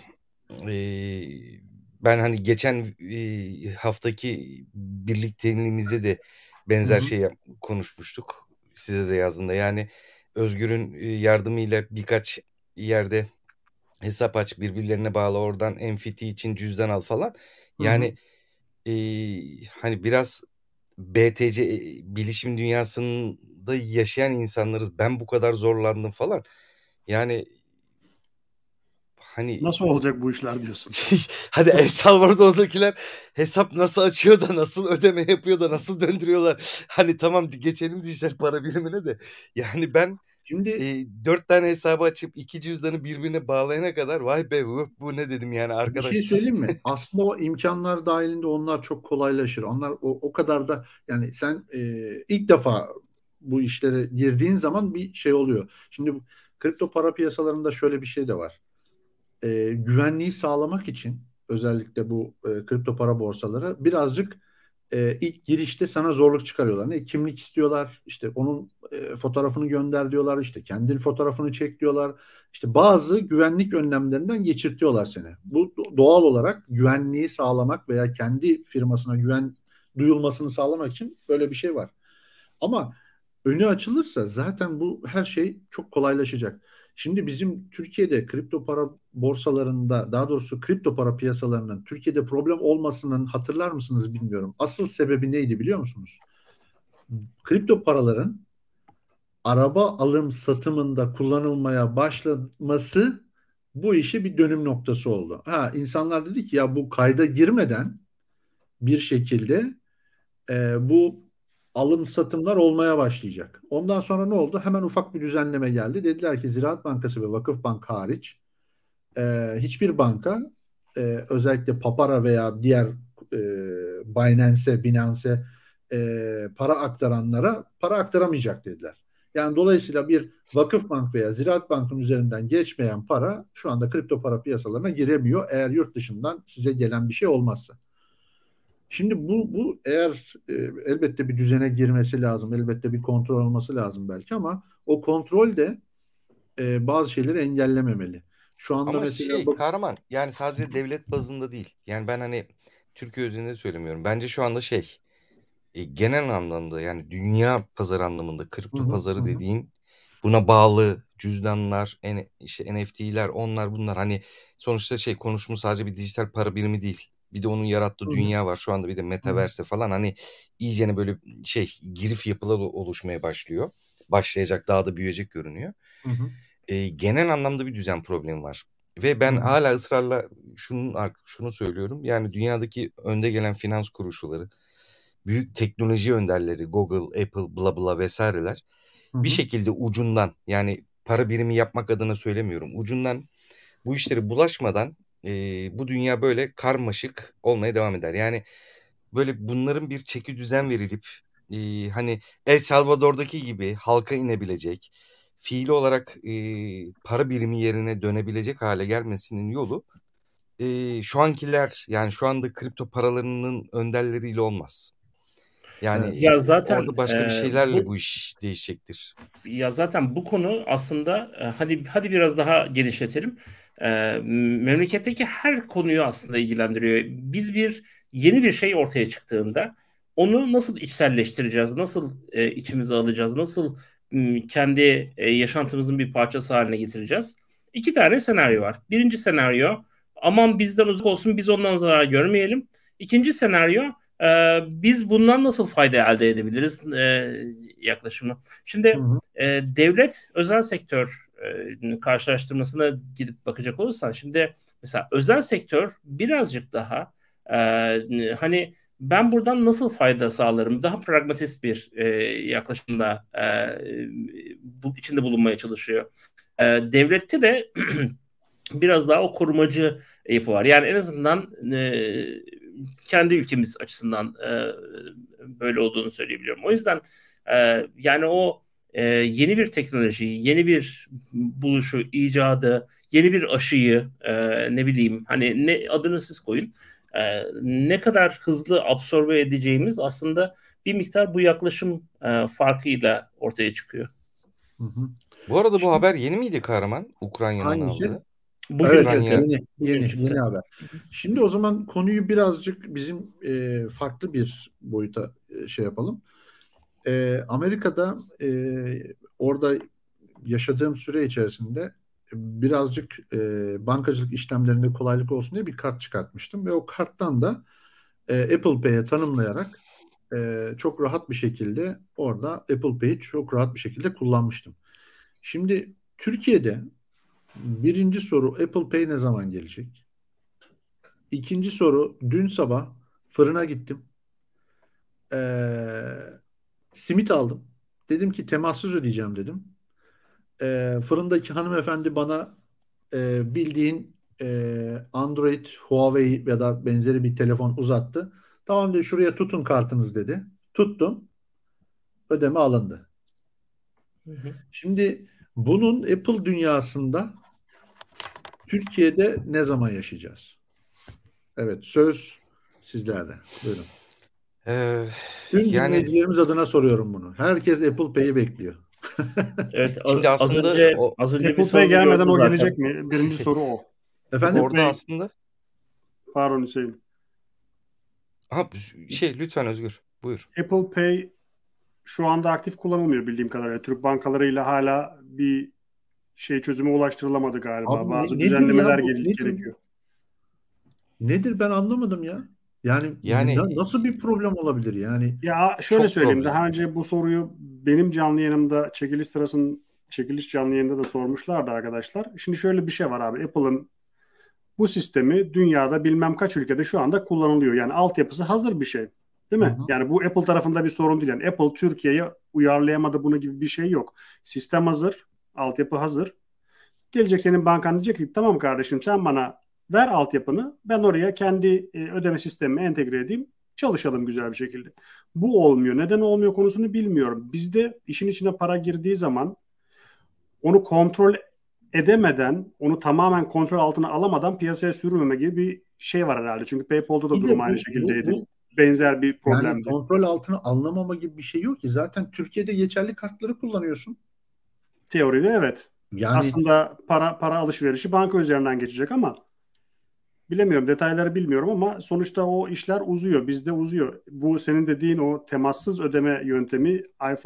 ben hani geçen haftaki birlikteliğimizde de Hı benzer hı. şey konuşmuştuk. Size de yazdığımda. Yani Özgür'ün yardımıyla birkaç yerde hesap aç, birbirlerine bağla, oradan NFT için cüzdan al falan. Hı hı. Yani hani biraz BTC bilişim dünyasında yaşayan insanlarız. Ben bu kadar zorlandım falan. Yani hani Nasıl olacak bu işler diyorsun. hadi El Salvador'dakiler hesap nasıl açıyor da nasıl ödeme yapıyor da nasıl döndürüyorlar. Hani tamam geçelim dijital para birimine de. Yani ben Şimdi 4 tane hesabı açıp iki cüzdanı birbirine bağlayana kadar vay be bu ne dedim yani bir arkadaş. şey söyleyeyim mi? Aslında o imkanlar dahilinde onlar çok kolaylaşır. Onlar o kadar da, yani sen ilk defa bu işlere girdiğin zaman bir şey oluyor. Şimdi kripto para piyasalarında şöyle bir şey de var. Güvenliği sağlamak için özellikle bu kripto para borsaları birazcık ilk girişte sana zorluk çıkarıyorlar. Ne? Kimlik istiyorlar, işte onun fotoğrafını gönder diyorlar, işte kendi fotoğrafını çek diyorlar. İşte bazı güvenlik önlemlerinden geçirtiyorlar seni. Bu doğal olarak güvenliği sağlamak veya kendi firmasına güven duyulmasını sağlamak için böyle bir şey var. Ama önü açılırsa zaten bu her şey çok kolaylaşacak. Şimdi bizim Türkiye'de kripto para borsalarında, daha doğrusu kripto para piyasalarının Türkiye'de problem olmasının, hatırlar mısınız bilmiyorum. Asıl sebebi neydi biliyor musunuz? Kripto paraların araba alım satımında kullanılmaya başlaması bu işe bir dönüm noktası oldu. Ha, insanlar dedi ki ya bu kayda girmeden bir şekilde bu alım satımlar olmaya başlayacak. Ondan sonra ne oldu? Hemen ufak bir düzenleme geldi. Dediler ki Ziraat Bankası ve Vakıfbank hariç hiçbir banka özellikle Papara veya diğer Binance'e para aktaranlara para aktaramayacak dediler. Yani dolayısıyla bir Vakıfbank veya Ziraat Bank'ın üzerinden geçmeyen para şu anda kripto para piyasalarına giremiyor eğer yurt dışından size gelen bir şey olmazsa. Şimdi bu eğer elbette bir düzene girmesi lazım, elbette bir kontrol olması lazım belki ama o kontrol de bazı şeyleri engellememeli. Şu anda Ama mesela kahraman yani sadece devlet bazında değil. Yani ben hani Türkiye özelinde söylemiyorum. Bence şu anda genel anlamda yani dünya pazarı anlamında Hı kripto hı, pazarı hı. dediğin buna bağlı cüzdanlar, işte NFT'ler, onlar bunlar hani sonuçta konuşma sadece bir dijital para birimi değil. Bir de onun yarattığı Hı hı, dünya var. Şu anda bir de hı hı, metaverse falan hani iyicene böyle girif yapılar oluşmaya başlıyor. Başlayacak, daha da büyüyecek görünüyor. hı hı, Genel anlamda bir düzen problemi var. Ve hı ben hı, hala ısrarla şunu söylüyorum. Yani dünyadaki önde gelen finans kuruluşları, büyük teknoloji önderleri, Google, Apple, bla bla vesaireler hı bir hı. şekilde ucundan, yani para birimi yapmak adına söylemiyorum, ucundan bu işleri bulaşmadan bu dünya böyle karmaşık olmaya devam eder. Yani böyle bunların bir çeki düzen verilip hani El Salvador'daki gibi halka inebilecek, fiili olarak para birimi yerine dönebilecek hale gelmesinin yolu şu ankiler, yani şu anda kripto paralarının önderleriyle olmaz. Yani Ya zaten orada başka bir şeylerle bu bu iş değişecektir. Ya zaten bu konu aslında, hadi biraz daha genişletelim. Memleketteki her konuyu aslında ilgilendiriyor. Biz yeni bir şey ortaya çıktığında onu nasıl içselleştireceğiz, nasıl içimize alacağız, nasıl kendi yaşantımızın bir parçası haline getireceğiz? İki tane senaryo var. Birinci senaryo, aman bizden uzak olsun, biz ondan zarar görmeyelim. İkinci senaryo, biz bundan nasıl fayda elde edebiliriz yaklaşımı. Hı Şimdi hı. devlet özel sektör karşılaştırmasına gidip bakacak olursan, şimdi mesela özel sektör birazcık daha hani ben buradan nasıl fayda sağlarım, daha pragmatist bir yaklaşımda içinde bulunmaya çalışıyor. Devlette de biraz daha o korumacı yapı var. Yani en azından kendi ülkemiz açısından böyle olduğunu söyleyebiliyorum. O yüzden yani o yeni bir teknolojiyi, yeni bir buluşu, icadı, yeni bir aşıyı ne bileyim hani ne adını siz koyun ne kadar hızlı absorbe edeceğimiz aslında bir miktar bu yaklaşım farkıyla ortaya çıkıyor. Hı hı. Bu arada bu Şimdi haber yeni miydi Kahraman? Ukrayna'nın hangisi? aldığı. Bugün Evet, çıktı. Ukrayna yeni Bugün çıktı. yeni haber. Şimdi o zaman konuyu birazcık bizim farklı bir boyuta şey yapalım. Amerika'da orada yaşadığım süre içerisinde birazcık bankacılık işlemlerinde kolaylık olsun diye bir kart çıkartmıştım ve o karttan da Apple Pay'e tanımlayarak çok rahat bir şekilde orada Apple Pay'i çok rahat bir şekilde kullanmıştım. Şimdi Türkiye'de birinci soru Apple Pay ne zaman gelecek? İkinci soru dün sabah fırına gittim. Simit aldım. Dedim ki temassız ödeyeceğim dedim. Fırındaki hanımefendi bana bildiğin Android, Huawei ya da benzeri bir telefon uzattı. Tamam dedi şuraya tutun kartınız dedi. Tuttum. Ödeme alındı. Şimdi bunun Apple dünyasında Türkiye'de ne zaman yaşayacağız? Evet, söz sizlerde. Buyurun. Tüm Yani dinleyicilerimiz adına soruyorum bunu. Herkes Apple Pay'i bekliyor. Evet, şimdi az aslında önce o az önce bir Apple Pay soru gelmeden gördüm o zaten. gelecek mi? Birinci soru o. Efendim? orada Pay, aslında pardon Hüseyin. lütfen Özgür buyur. Apple Pay şu anda aktif kullanılmıyor bildiğim kadarıyla. Türk bankalarıyla hala bir çözüme ulaştırılamadı galiba. Abi Bazı nedir ya düzenlemeler bu? Nedir? gerekiyor. Nedir ben anlamadım ya. Yani Yani nasıl bir problem olabilir yani? Ya şöyle çok söyleyeyim. problem. Daha önce bu soruyu benim canlı yayınımda çekiliş canlı yayında da sormuşlardı arkadaşlar. Şimdi şöyle bir şey var abi. Apple'ın bu sistemi dünyada bilmem kaç ülkede şu anda kullanılıyor. Yani altyapısı hazır bir şey. Değil Hı mi? hı. Yani bu Apple tarafında bir sorun değil. Yani Apple Türkiye'ye uyarlayamadı bunu gibi bir şey yok. Sistem hazır, altyapı hazır. Gelecek senin bankan diyecek ki tamam kardeşim sen bana ver altyapını. Ben oraya kendi ödeme sistemimi entegre edeyim. Çalışalım güzel bir şekilde. Bu olmuyor. Neden olmuyor konusunu bilmiyorum. Bizde işin içine para girdiği zaman onu kontrol edemeden, onu tamamen kontrol altına alamadan piyasaya sürmeme gibi bir şey var herhalde. Çünkü PayPal'da da Bir durum de aynı bu şekildeydi. Benzer bir yani problemdi. kontrol altına alınamama gibi bir şey yok ki. Zaten Türkiye'de geçerli kartları kullanıyorsun. Teoride evet. Yani Aslında para alışverişi banka üzerinden geçecek ama bilemiyorum. Detayları bilmiyorum ama sonuçta o işler uzuyor. Bizde uzuyor. Bu senin dediğin o temassız ödeme yöntemi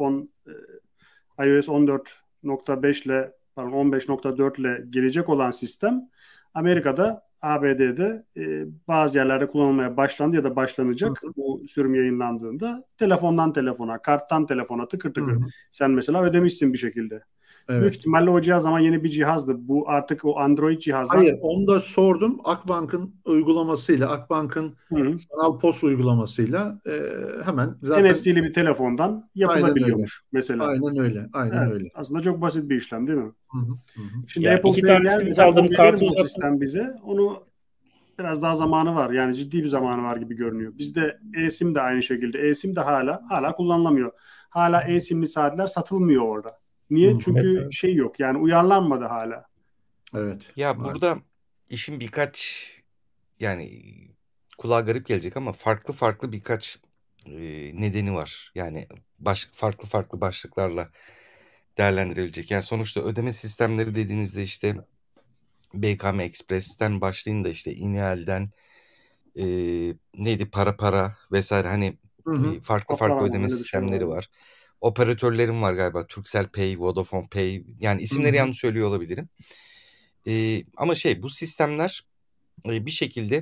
iOS 14.5 ile 15.4 ile gelecek olan sistem Amerika'da, ABD'de bazı yerlerde kullanılmaya başlandı ya da başlanacak. Bu sürüm yayınlandığında telefondan telefona, karttan telefona tıkır tıkır. Sen mesela ödemişsin bir şekilde. evet. Büyük ihtimalle o cihaz ama yeni bir cihazdı. Bu artık o Android cihazdan. Hayır, onu da sordum. Akbank'ın uygulamasıyla, Akbank'ın sanal POS uygulamasıyla hemen zaten NFC'li bir telefondan yapılabiliyormuş mesela. Aynen öyle. Aynen Evet, öyle. aslında çok basit bir işlem değil mi? Hı hı. Şimdi Ya Apple iki Pay tane simit gelmeden aldım, o gelir kartı mi o uzattım. sistem bize? Onu biraz daha zamanı var. Yani ciddi bir zamanı var gibi görünüyor. Bizde eSIM de aynı şekilde. eSIM de hala kullanılamıyor. Hala eSIM'li saatler satılmıyor orada. Niye? Çünkü Evet. şey yok. Yani uyarlanmadı hala. Evet. Ya maalesef. burada işin birkaç yani kulağa garip gelecek ama farklı birkaç nedeni var. Yani farklı başlıklarla değerlendirilecek. Yani sonuçta ödeme sistemleri dediğinizde işte BKM Express'ten başlayın da işte İNEAL'den neydi para vesaire hani farklı Toplar ödeme öyle bir şey sistemleri var. var. Operatörlerim var galiba. Turkcell Pay, Vodafone Pay. Yani isimleri yanlış söylüyor olabilirim. Ama bu sistemler bir şekilde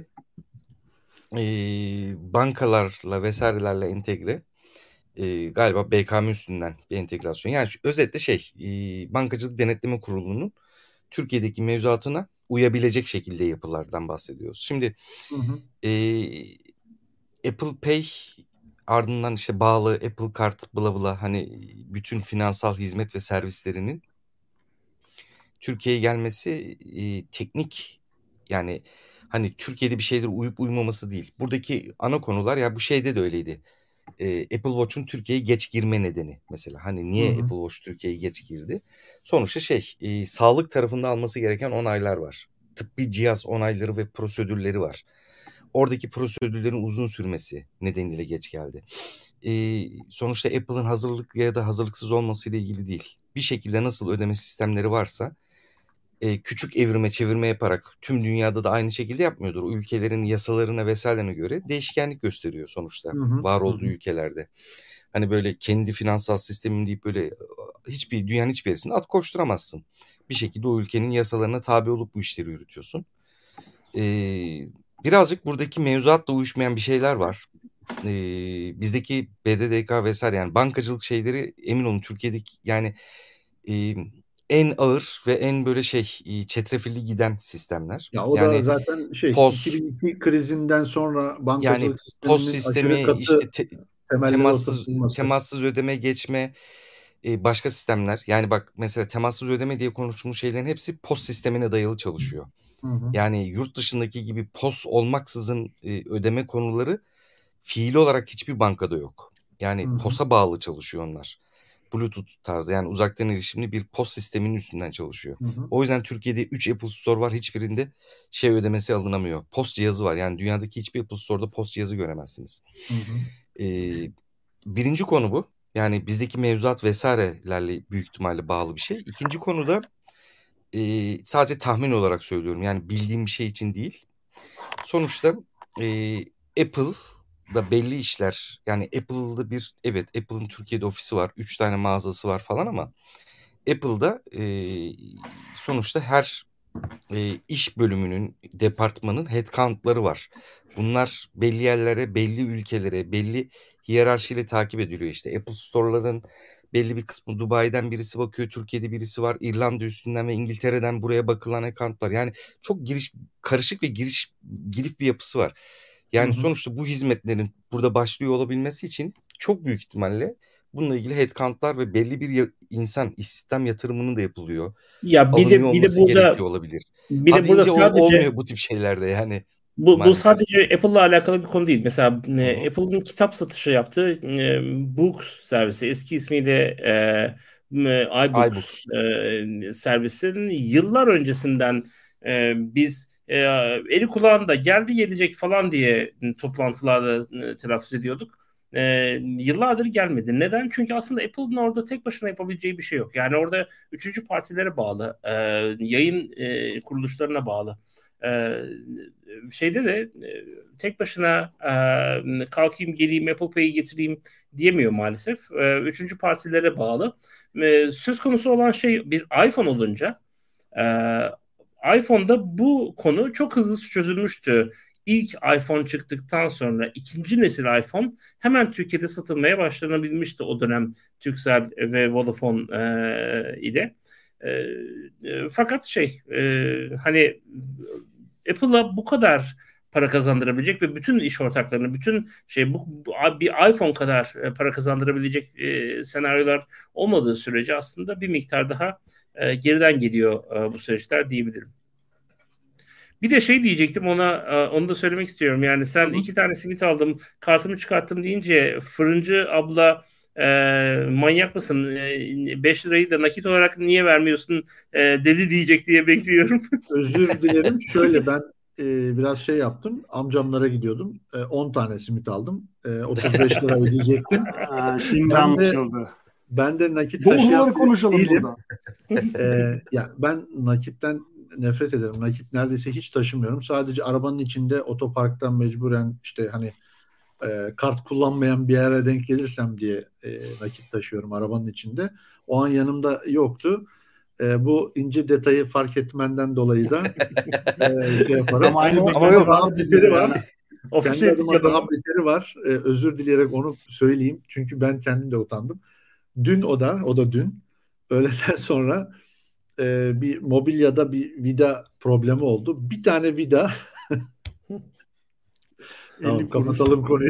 bankalarla vesairelerle entegre. Galiba BKM üstünden bir entegrasyon. Yani özetle Bankacılık Denetleme Kurulu'nun Türkiye'deki mevzuatına uyabilecek şekilde yapılardan bahsediyoruz. Şimdi Apple Pay ardından işte bağlı Apple Kart bla hani bütün finansal hizmet ve servislerinin Türkiye'ye gelmesi teknik Yani hani Türkiye'de bir şeyler uyup uymaması değil. Buradaki ana konular ya bu şeyde de öyleydi. Apple Watch'un Türkiye'ye geç girme nedeni mesela. Hani niye Apple Watch Türkiye'ye geç girdi? Sonuçta sağlık tarafında alması gereken onaylar var. Tıbbi cihaz onayları ve prosedürleri var. Oradaki prosedürlerin uzun sürmesi nedeniyle geç geldi. Sonuçta Apple'ın hazırlık ya da hazırlıksız olmasıyla ilgili değil. Bir şekilde nasıl ödeme sistemleri varsa küçük evrime çevirme yaparak tüm dünyada da aynı şekilde yapmıyordur. O ülkelerin yasalarına vesairelerine göre değişkenlik gösteriyor sonuçta var olduğu ülkelerde. Hani böyle kendi finansal sistemim deyip böyle dünyanın hiçbir yerisinde at koşturamazsın. Bir şekilde o ülkenin yasalarına tabi olup bu işleri yürütüyorsun. Birazcık buradaki mevzuatla uyuşmayan bir şeyler var. Bizdeki BDDK vesaire yani bankacılık şeyleri emin olun Türkiye'deki yani en ağır ve en böyle çetrefilli giden sistemler. Ya o yani da zaten 2002 krizinden sonra bankacılık yani sisteminin POS sistemi aşırı katı işte temelleri oturtulması. temassız ödeme geçme başka sistemler. Yani bak mesela temassız ödeme diye konuştuğumuz şeylerin hepsi POS sistemine dayalı çalışıyor. Yani yurt dışındaki gibi POS olmaksızın ödeme konuları fiili olarak hiçbir bankada yok. Yani POS'a bağlı çalışıyor onlar. Bluetooth tarzı yani uzaktan erişimli bir POS sisteminin üstünden çalışıyor. O yüzden Türkiye'de 3 Apple Store var. Hiçbirinde ödemesi alınamıyor. POS cihazı var. Yani dünyadaki hiçbir Apple Store'da POS cihazı göremezsiniz. Birinci konu bu. Yani bizdeki mevzuat vesairelerle büyük ihtimalle bağlı bir şey. İkinci konu da sadece tahmin olarak söylüyorum. Yani bildiğim bir şey için değil. Sonuçta Apple'da belli işler yani Apple'ın Türkiye'de ofisi var. 3 tane mağazası var falan ama Apple'da sonuçta her iş bölümünün, departmanın headcount'ları var. Bunlar belli yerlere, belli ülkelere, belli hiyerarşiyle takip ediliyor. İşte Apple Store'ların belli bir kısmı Dubai'den birisi bakıyor, Türkiye'de birisi var, İrlanda üstünden ve İngiltere'den buraya bakılan account'lar. Yani çok karışık ve girif bir yapısı var. Yani sonuçta bu hizmetlerin burada başlıyor olabilmesi için çok büyük ihtimalle bununla ilgili headcount'lar ve belli bir insan istihdam yatırımının da yapılıyor. Ya bir de burada gerekiyor olabilir. Hadi burada sadece olmuyor bu tip şeylerde yani. Bu sadece Apple'la alakalı bir konu değil. Mesela Apple'ın kitap satışı yaptığı Books servisi, eski ismiyle iBooks servisinin yıllar öncesinden biz eli kulağında geldi gelecek falan diye toplantılarda telaffuz ediyorduk. Yıllardır gelmedi. Neden? Çünkü aslında Apple'ın orada tek başına yapabileceği bir şey yok. Yani orada üçüncü partilere bağlı, yayın kuruluşlarına bağlı. Şeyde de tek başına kalkayım geleyim Apple Pay'i getireyim diyemiyor maalesef. Üçüncü partilere bağlı. Söz konusu olan şey bir iPhone olunca iPhone'da bu konu çok hızlı çözülmüştü. İlk iPhone çıktıktan sonra ikinci nesil iPhone hemen Türkiye'de satılmaya başlanabilmişti o dönem Turkcell ve Vodafone ile. Fakat hani Apple'a bu kadar para kazandırabilecek ve bütün iş ortaklarını bir iPhone kadar para kazandırabilecek senaryolar olmadığı sürece aslında bir miktar daha geriden geliyor bu süreçler diyebilirim. Bir de diyecektim onu da söylemek istiyorum. Yani sen 2 tane simit aldım, kartımı çıkarttım deyince fırıncı abla manyak mısın? 5 lirayı da nakit olarak niye vermiyorsun dedi diyecek diye bekliyorum. Özür dilerim. Şöyle ben biraz yaptım. Amcamlara gidiyordum. 10 tane simit aldım. 35 lira ödeyecektim. Şimdi anlaşıldı. Ben de nakit taşıyan konuşalım burada. Ya ben nakitten nefret ederim. Nakit neredeyse hiç taşımıyorum. Sadece arabanın içinde otoparktan mecburen hani kart kullanmayan bir yere denk gelirsem diye nakit taşıyorum arabanın içinde. O an yanımda yoktu. Bu ince detayı fark etmenden dolayı da yaparım. Ama yok. Daha beteri var. Kendi adıma daha beteri var. Özür dileyerek onu söyleyeyim. Çünkü ben kendim de utandım. Dün o da dün öğleden sonra bir mobilyada bir vida problemi oldu. Bir tane vida tamam, kapatalım konuyu.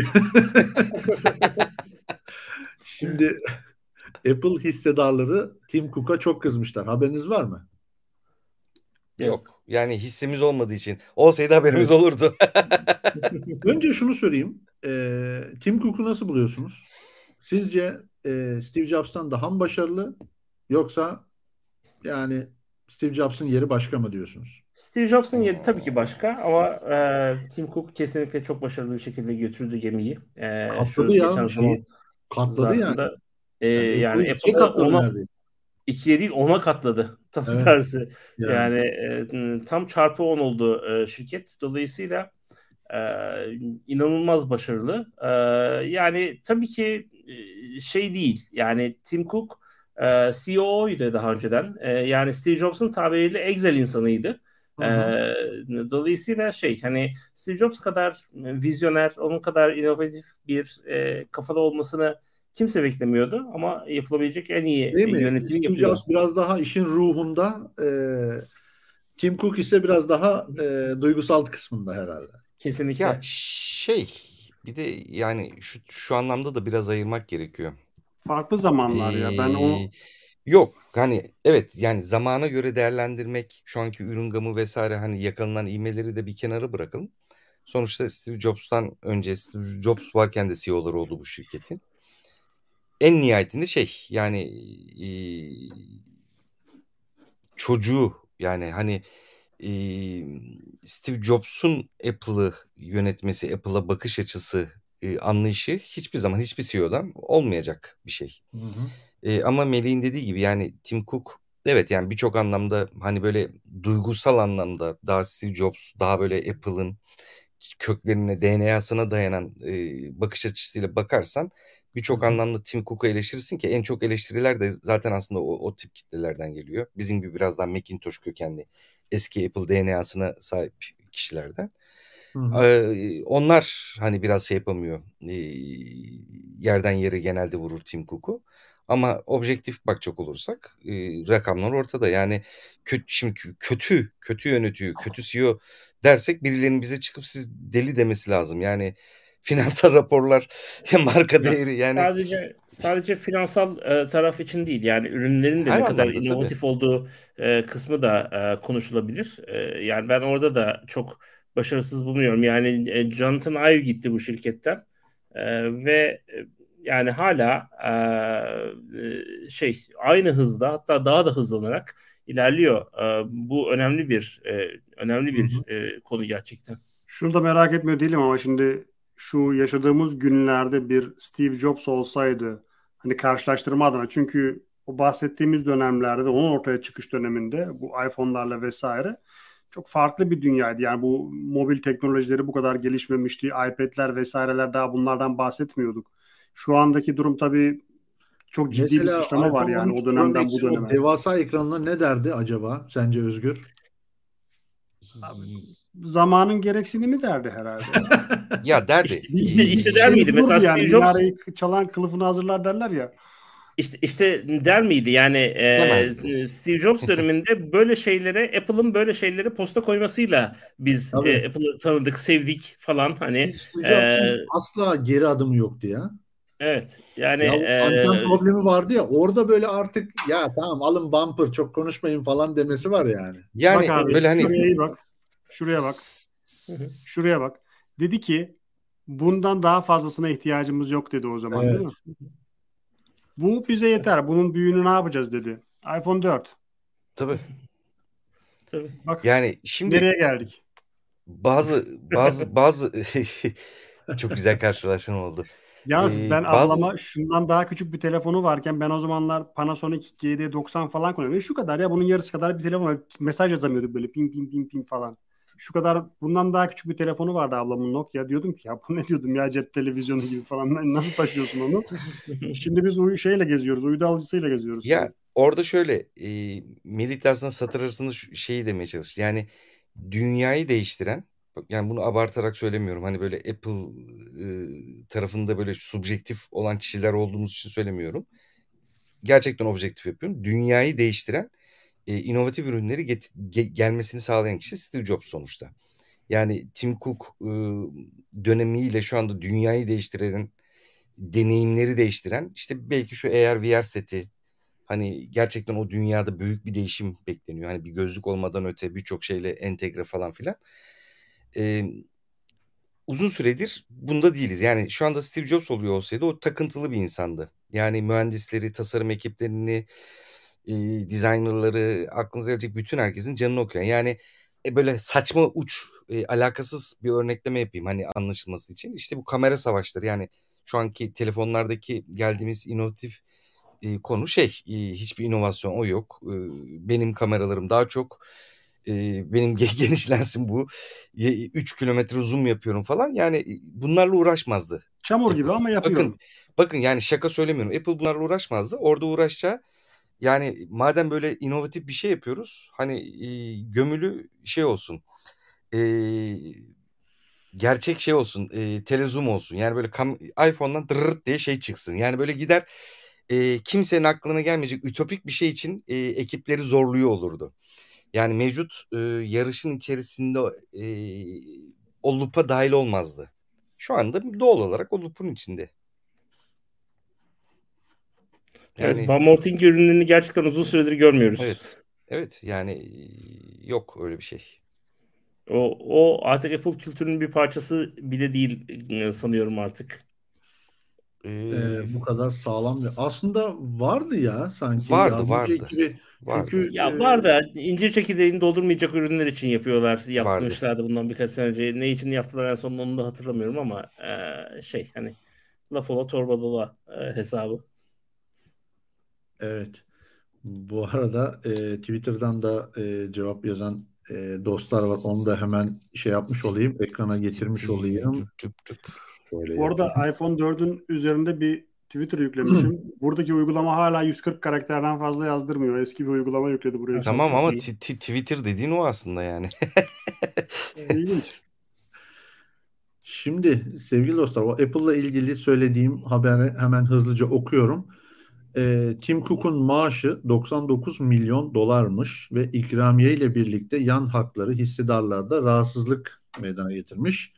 Şimdi Apple hissedarları Tim Cook'a çok kızmışlar. Haberiniz var mı? Yok. Yani hissimiz olmadığı için. Olsaydı haberimiz olurdu. Önce şunu sorayım. Tim Cook'u nasıl buluyorsunuz? Sizce Steve Jobs'tan daha mı başarılı, yoksa yani Steve Jobs'ın yeri başka mı diyorsunuz? Steve Jobs'ın yeri tabii ki başka ama Tim Cook kesinlikle çok başarılı bir şekilde götürdü gemiyi. Şu Katladı ya geçen zaman şeyi. Katladı yani. zarfında Yani Apple'ı yani ikiye Apple'ı katladı neredeyse. 2'ye değil 10'a katladı. Tam Evet. tersi. Yani. Yani tam çarpı 10 oldu şirket. Dolayısıyla e, inanılmaz başarılı. Yani tabii ki şey değil. Yani Tim Cook COO'ydu daha önceden. Yani Steve Jobs'un tabiriyle Excel insanıydı. Hı hı. Dolayısıyla hani Steve Jobs kadar vizyoner, onun kadar inovatif bir kafada olmasını kimse beklemiyordu ama yapılabilecek en iyi Değil mi? yönetimi Steve yapıyor. Jobs biraz daha işin ruhunda, Tim Cook ise biraz daha duygusal kısmında herhalde. Kesinlikle. Ya bir de yani şu anlamda da biraz ayırmak gerekiyor. Farklı zamanlar ya. Ben o Yok hani evet, yani zamana göre değerlendirmek, şu anki ürün gamı vesaire, hani yakalanan ivmeleri de bir kenara bırakalım. Sonuçta Steve Jobs'tan önce, Steve Jobs varken de CEO'ları oldu bu şirketin. En nihayetinde yani e, çocuğu, yani hani e, Steve Jobs'un Apple'ı yönetmesi, Apple'a bakış açısı, anlayışı hiçbir zaman hiçbir CEO'dan olmayacak bir şey. Hı hı. Ama Melih'in dediği gibi yani Tim Cook, evet yani birçok anlamda, hani böyle duygusal anlamda daha Steve Jobs, daha böyle Apple'ın köklerine, DNA'sına dayanan bakış açısıyla bakarsan birçok anlamda Tim Cook'u eleştirirsin ki en çok eleştiriler de zaten aslında o tip kitlelerden geliyor. Bizim gibi biraz daha Macintosh kökenli, eski Apple DNA'sına sahip kişilerden. Hı hı. Onlar hani biraz yapamıyor. Yerden yere genelde vurur Tim Cook'u. Ama objektif bakacak olursak rakamlar ortada. Yani şimdi kötü yönetiyor, kötü CEO dersek birilerinin bize çıkıp siz deli demesi lazım. Yani finansal raporlar, marka değeri, yani Sadece finansal taraf için değil, yani ürünlerin de her ne kadar anlamda tabii. inovatif olduğu kısmı da konuşulabilir. Yani ben orada da çok başarısız bulunuyorum. Yani Jonathan Ive gitti bu şirketten ve yani hala aynı hızda, hatta daha da hızlanarak ilerliyor. Bu önemli Hı hı. bir konu gerçekten. şurada merak etmiyor değilim ama şimdi şu yaşadığımız günlerde bir Steve Jobs olsaydı, hani karşılaştırma adına, çünkü o bahsettiğimiz dönemlerde, onun ortaya çıkış döneminde bu iPhone'larla vesaire çok farklı bir dünyaydı. Yani bu mobil teknolojileri bu kadar gelişmemişti. iPad'ler vesaireler, daha bunlardan bahsetmiyorduk. Şu andaki durum tabii çok ciddi bir Mesela sıçrama var iPhone yani o 13 Pro dönemden bu Max'in o döneme. devasa ekranına ne derdi acaba sence Özgür? Abi, zamanın gereksinimi derdi herhalde. Ya derdi. İşte der miydi? Bulurdu Mesela yani, Steve Jobs minareyi çalan kılıfını hazırlar derler ya. İşte der miydi? Yani Demezdi. Steve Jobs döneminde Apple'ın böyle şeyleri posta koymasıyla biz Tabii. Apple'ı tanıdık, sevdik falan, hani Steve e, Jobs'un asla geri adımı yoktu ya. evet yani Ya o anten problemi vardı ya, orada böyle artık ya tamam alın bumper, çok konuşmayın falan demesi var yani. Bak Yani abi, böyle hani şuraya iyi bak. Şuraya bak. Hı hı. Şuraya bak. Dedi ki bundan daha fazlasına ihtiyacımız yok dedi o zaman, değil Evet. mi? Bu bize yeter. Bunun büyüğünü ne yapacağız dedi. iPhone 4. tabii. Tabii. Bak Yani şimdi nereye geldik. bazı çok güzel karşılaşma oldu. Yalnız ben Bazı ablama şundan daha küçük bir telefonu varken, ben o zamanlar Panasonic GD90 falan kullanıyordum. Şu kadar ya, bunun yarısı kadar bir telefon var. Mesaj yazamıyorduk böyle ping ping ping ping falan. Şu kadar, bundan daha küçük bir telefonu vardı ablamın, Nokia. Diyordum ki ya bu ne, diyordum ya, cep televizyonu gibi falan. Nasıl taşıyorsun onu? Şimdi biz şeyle geziyoruz. Uydu alıcısıyla geziyoruz ya şimdi. orada şöyle Melih de aslında satır arasında şeyi demeye çalıştı. Yani dünyayı değiştiren, yani bunu abartarak söylemiyorum. Hani böyle Apple tarafında böyle subjektif olan kişiler olduğumuz için söylemiyorum. Gerçekten objektif yapıyorum. Dünyayı değiştiren inovatif ürünleri gelmesini sağlayan kişi Steve Jobs sonuçta. Yani Tim Cook dönemiyle şu anda dünyayı değiştiren, deneyimleri değiştiren, işte belki şu AR VR seti, Hani gerçekten o dünyada büyük bir değişim bekleniyor. Hani bir gözlük olmadan öte birçok şeyle entegre falan filan. Uzun süredir bunda değiliz. Yani şu anda Steve Jobs oluyor olsaydı o takıntılı bir insandı. Yani mühendisleri, tasarım ekiplerini, designerları, aklınıza gelecek bütün herkesin canını okuyan. Yani böyle saçma alakasız bir örnekleme yapayım hani anlaşılması için. İşte bu kamera savaşları, yani şu anki telefonlardaki geldiğimiz inovatif konu hiçbir inovasyon o yok. Benim kameralarım daha çok, benim geniş lensim bu. 3 kilometre zoom yapıyorum falan. Yani bunlarla uğraşmazdı Çamur Apple. gibi ama yapıyorum. Bakın yani şaka söylemiyorum. Apple bunlarla uğraşmazdı. Orada uğraşacağı, yani madem böyle inovatif bir şey yapıyoruz, hani gömülü şey olsun. Gerçek şey olsun. Telezoom olsun. Yani böyle iPhone'dan dırırt diye şey çıksın. Yani böyle gider, kimsenin aklına gelmeyecek ütopik bir şey için ekipleri zorluyor olurdu. Yani mevcut yarışın içerisinde o loop'a dahil olmazdı. Şu anda doğal olarak o loop'un içinde. Evet, Yani Van Morting ürünlerini gerçekten uzun süredir görmüyoruz. evet yani yok öyle bir şey. O artık Apple kültürünün bir parçası bile değil sanıyorum artık. Bu kadar sağlam bir. Aslında vardı ya sanki. Vardı. Ekibi, Vardı. çünkü Ya var da incir çekirdeğini doldurmayacak ürünler için yapıyorlar. Vardı. Yapmışlardı bundan birkaç sene önce. Ne için yaptılar en son onu da hatırlamıyorum ama hani laf ola torba dola hesabı. evet. Bu arada Twitter'dan da cevap yazan dostlar var. Onu da hemen şey yapmış olayım. Ekrana getirmiş olayım. Şöyle Bu arada yapayım. iPhone 4'ün üzerinde bir Twitter yüklemişim. Buradaki uygulama hala 140 karakterden fazla yazdırmıyor. Eski bir uygulama yükledi buraya. Tamam çok ama iyi. Twitter dediğin o aslında yani. İlginç. Şimdi sevgili dostlar, o Apple'la ilgili söylediğim haberi hemen hızlıca okuyorum. Tim Cook'un maaşı 99 milyon dolarmış ve ikramiye ile birlikte yan hakları hissedarlarda rahatsızlık meydana getirmiş.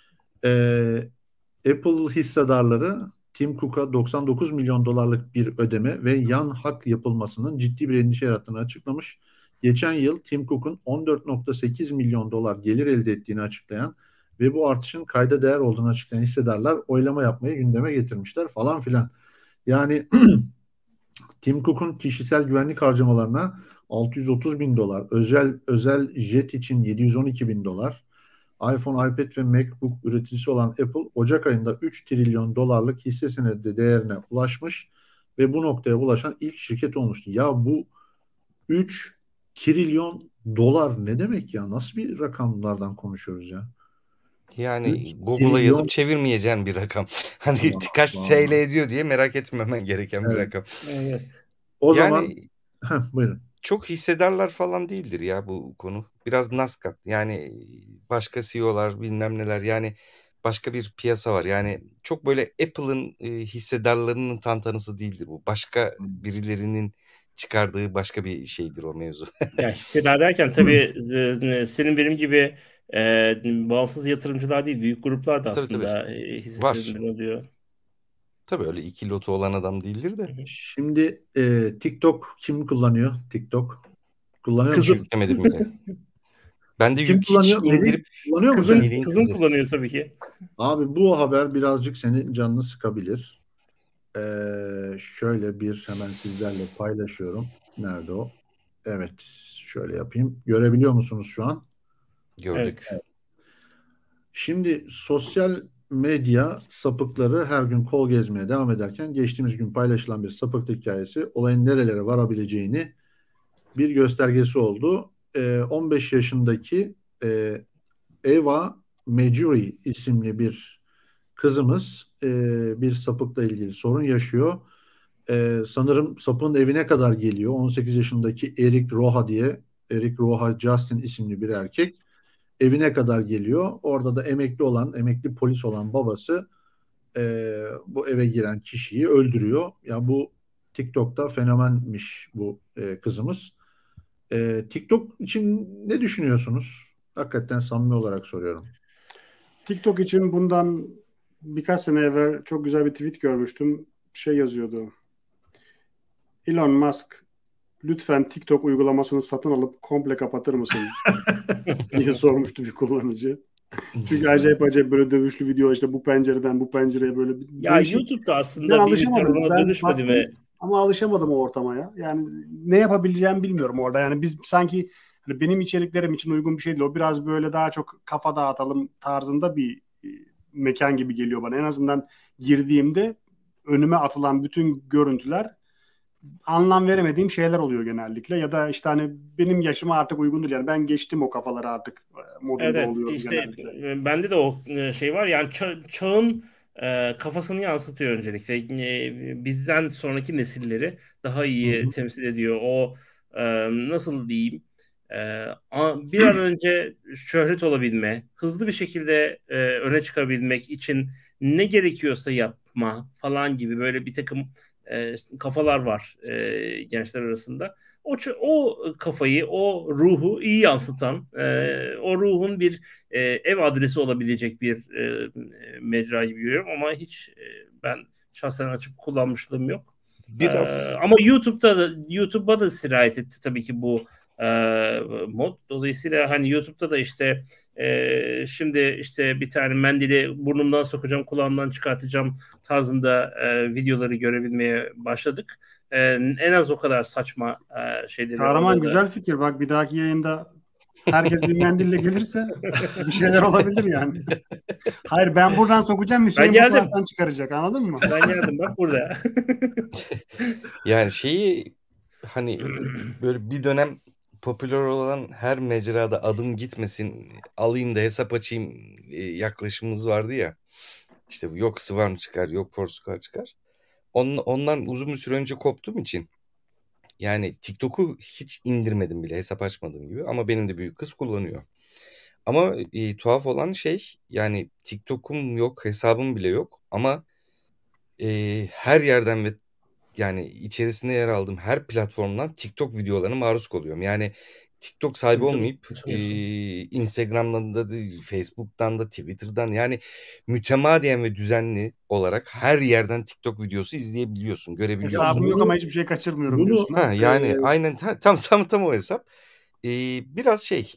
Apple hissedarları Tim Cook'a 99 milyon dolarlık bir ödeme ve yan hak yapılmasının ciddi bir endişe yarattığını açıklamış. Geçen yıl Tim Cook'un 14,8 milyon dolar gelir elde ettiğini açıklayan ve bu artışın kayda değer olduğunu açıklayan hissedarlar oylama yapmayı gündeme getirmişler falan filan. Yani Tim Cook'un kişisel güvenlik harcamalarına 630 bin dolar, özel jet için 712 bin dolar, iPhone, iPad ve MacBook üreticisi olan Apple, Ocak ayında 3 trilyon dolarlık hisse senedi değerine ulaşmış ve bu noktaya ulaşan ilk şirket olmuştu. Ya bu 3 trilyon dolar ne demek ya? Nasıl bir rakamlardan konuşuyoruz ya? Yani 3 Google'a trilyon. yazıp çevirmeyeceğin bir rakam. Hani kaç TL ediyor diye merak etmemen gereken bir Evet. rakam. Evet. O Yani zaman buyurun. çok hissedarlar falan değildir ya bu konu. Biraz naskat. Yani başka CEO'lar bilmem neler, yani başka bir piyasa var. Yani çok böyle Apple'ın hissedarlarının tantanası değildir bu. Başka birilerinin çıkardığı başka bir şeydir o mevzu. Ya hissedar derken tabii senin benim gibi bağımsız yatırımcılar değil, büyük gruplar da Tabii. aslında Var. hissesinden alıyor. Tabii öyle iki loto olan adam değildir de. Şimdi TikTok kim kullanıyor? TikTok kullanıyor Hiç musun? yüklemedim bile. Ben de Kim hiç kullanıyor? Melih indirip kullanıyor musun? Kızın kızı. kullanıyor tabii ki. Abi bu haber birazcık senin canını sıkabilir. Şöyle bir hemen sizlerle paylaşıyorum. Nerede o? Evet, şöyle yapayım. Görebiliyor musunuz şu an? Gördük. Evet. Şimdi sosyal medya sapıkları her gün kol gezmeye devam ederken geçtiğimiz gün paylaşılan bir sapıklık hikayesi olayın nerelere varabileceğini bir göstergesi oldu. 15 yaşındaki Eva Mejuri isimli bir kızımız bir sapıkla ilgili sorun yaşıyor. Sanırım sapığın evine kadar geliyor. 18 yaşındaki Eric Roha Justin isimli bir erkek evine kadar geliyor. Orada da emekli polis olan babası bu eve giren kişiyi öldürüyor. Ya bu TikTok'ta fenomenmiş bu kızımız. TikTok için ne düşünüyorsunuz? Hakikaten samimi olarak soruyorum. TikTok için bundan birkaç sene evvel çok güzel bir tweet görmüştüm. Şey yazıyordu. Elon Musk lütfen TikTok uygulamasını satın alıp komple kapatır mısın diye sormuştu bir kullanıcı. Çünkü acayip böyle dövüşlü video, işte bu pencereden bu pencereye böyle Ya değişik. YouTube'da Ben aslında bir alışamadım. ona Ben dönüşmedi baktım mi? ama alışamadım o ortama ya. Yani ne yapabileceğimi bilmiyorum orada. Yani biz sanki hani benim içeriklerim için uygun bir şey değil. O biraz böyle daha çok kafa dağıtalım tarzında bir mekan gibi geliyor bana. En azından girdiğimde önüme atılan bütün görüntüler anlam veremediğim şeyler oluyor genellikle. Ya da işte hani benim yaşıma artık uygun değil. Yani ben geçtim o kafaları artık modunda Evet, oluyorum işte genellikle. bende de o şey var. Yani çağın kafasını yansıtıyor öncelikle. Bizden sonraki nesilleri daha Hı iyi hı. temsil ediyor. O nasıl diyeyim? Bir an önce şöhret olabilme, hızlı bir şekilde öne çıkabilmek için ne gerekiyorsa yapma falan gibi böyle bir takım kafalar var gençler arasında. O kafayı, o ruhu iyi yansıtan, o ruhun bir ev adresi olabilecek bir mecra gibi görüyorum ama hiç ben şahsen açıp kullanmışlığım yok. Biraz Ama YouTube'a da sirayet etti tabii ki bu mod. Dolayısıyla hani YouTube'da da işte şimdi işte bir tane mendili burnumdan sokacağım, kulağımdan çıkartacağım tarzında videoları görebilmeye başladık. En az o kadar saçma şeyleri Kahraman orada da. güzel fikir. Bak bir dahaki yayında herkes bir mendille gelirse bir şeyler olabilir yani. Hayır, ben buradan sokacağım, Hüseyin bu geldim. taraftan çıkaracak, anladın mı? Ben geldim bak burada. yani şeyi hani böyle bir dönem popüler olan her mecrada adım gitmesin, alayım da hesap açayım yaklaşımımız vardı ya. İşte yok Swarm çıkar, yok Foursquare çıkar. Ondan uzun bir süre önce koptuğum için yani TikTok'u hiç indirmedim bile, hesap açmadığım gibi, ama benim de büyük kız kullanıyor. Ama tuhaf olan şey, yani TikTok'um yok, hesabım bile yok ama her yerden ve yani içerisinde yer aldığım her platformdan TikTok videolarına maruz kalıyorum. Yani TikTok sahibi olmayıp Instagram'dan da Facebook'tan da Twitter'dan, yani mütemadiyen ve düzenli olarak her yerden TikTok videosu izleyebiliyorsun, Ya görebiliyorsun. Hesabım yok bunu ama hiçbir şey kaçırmıyorum bunu diyorsun. Ha yani aynen tam o hesap. Biraz şey,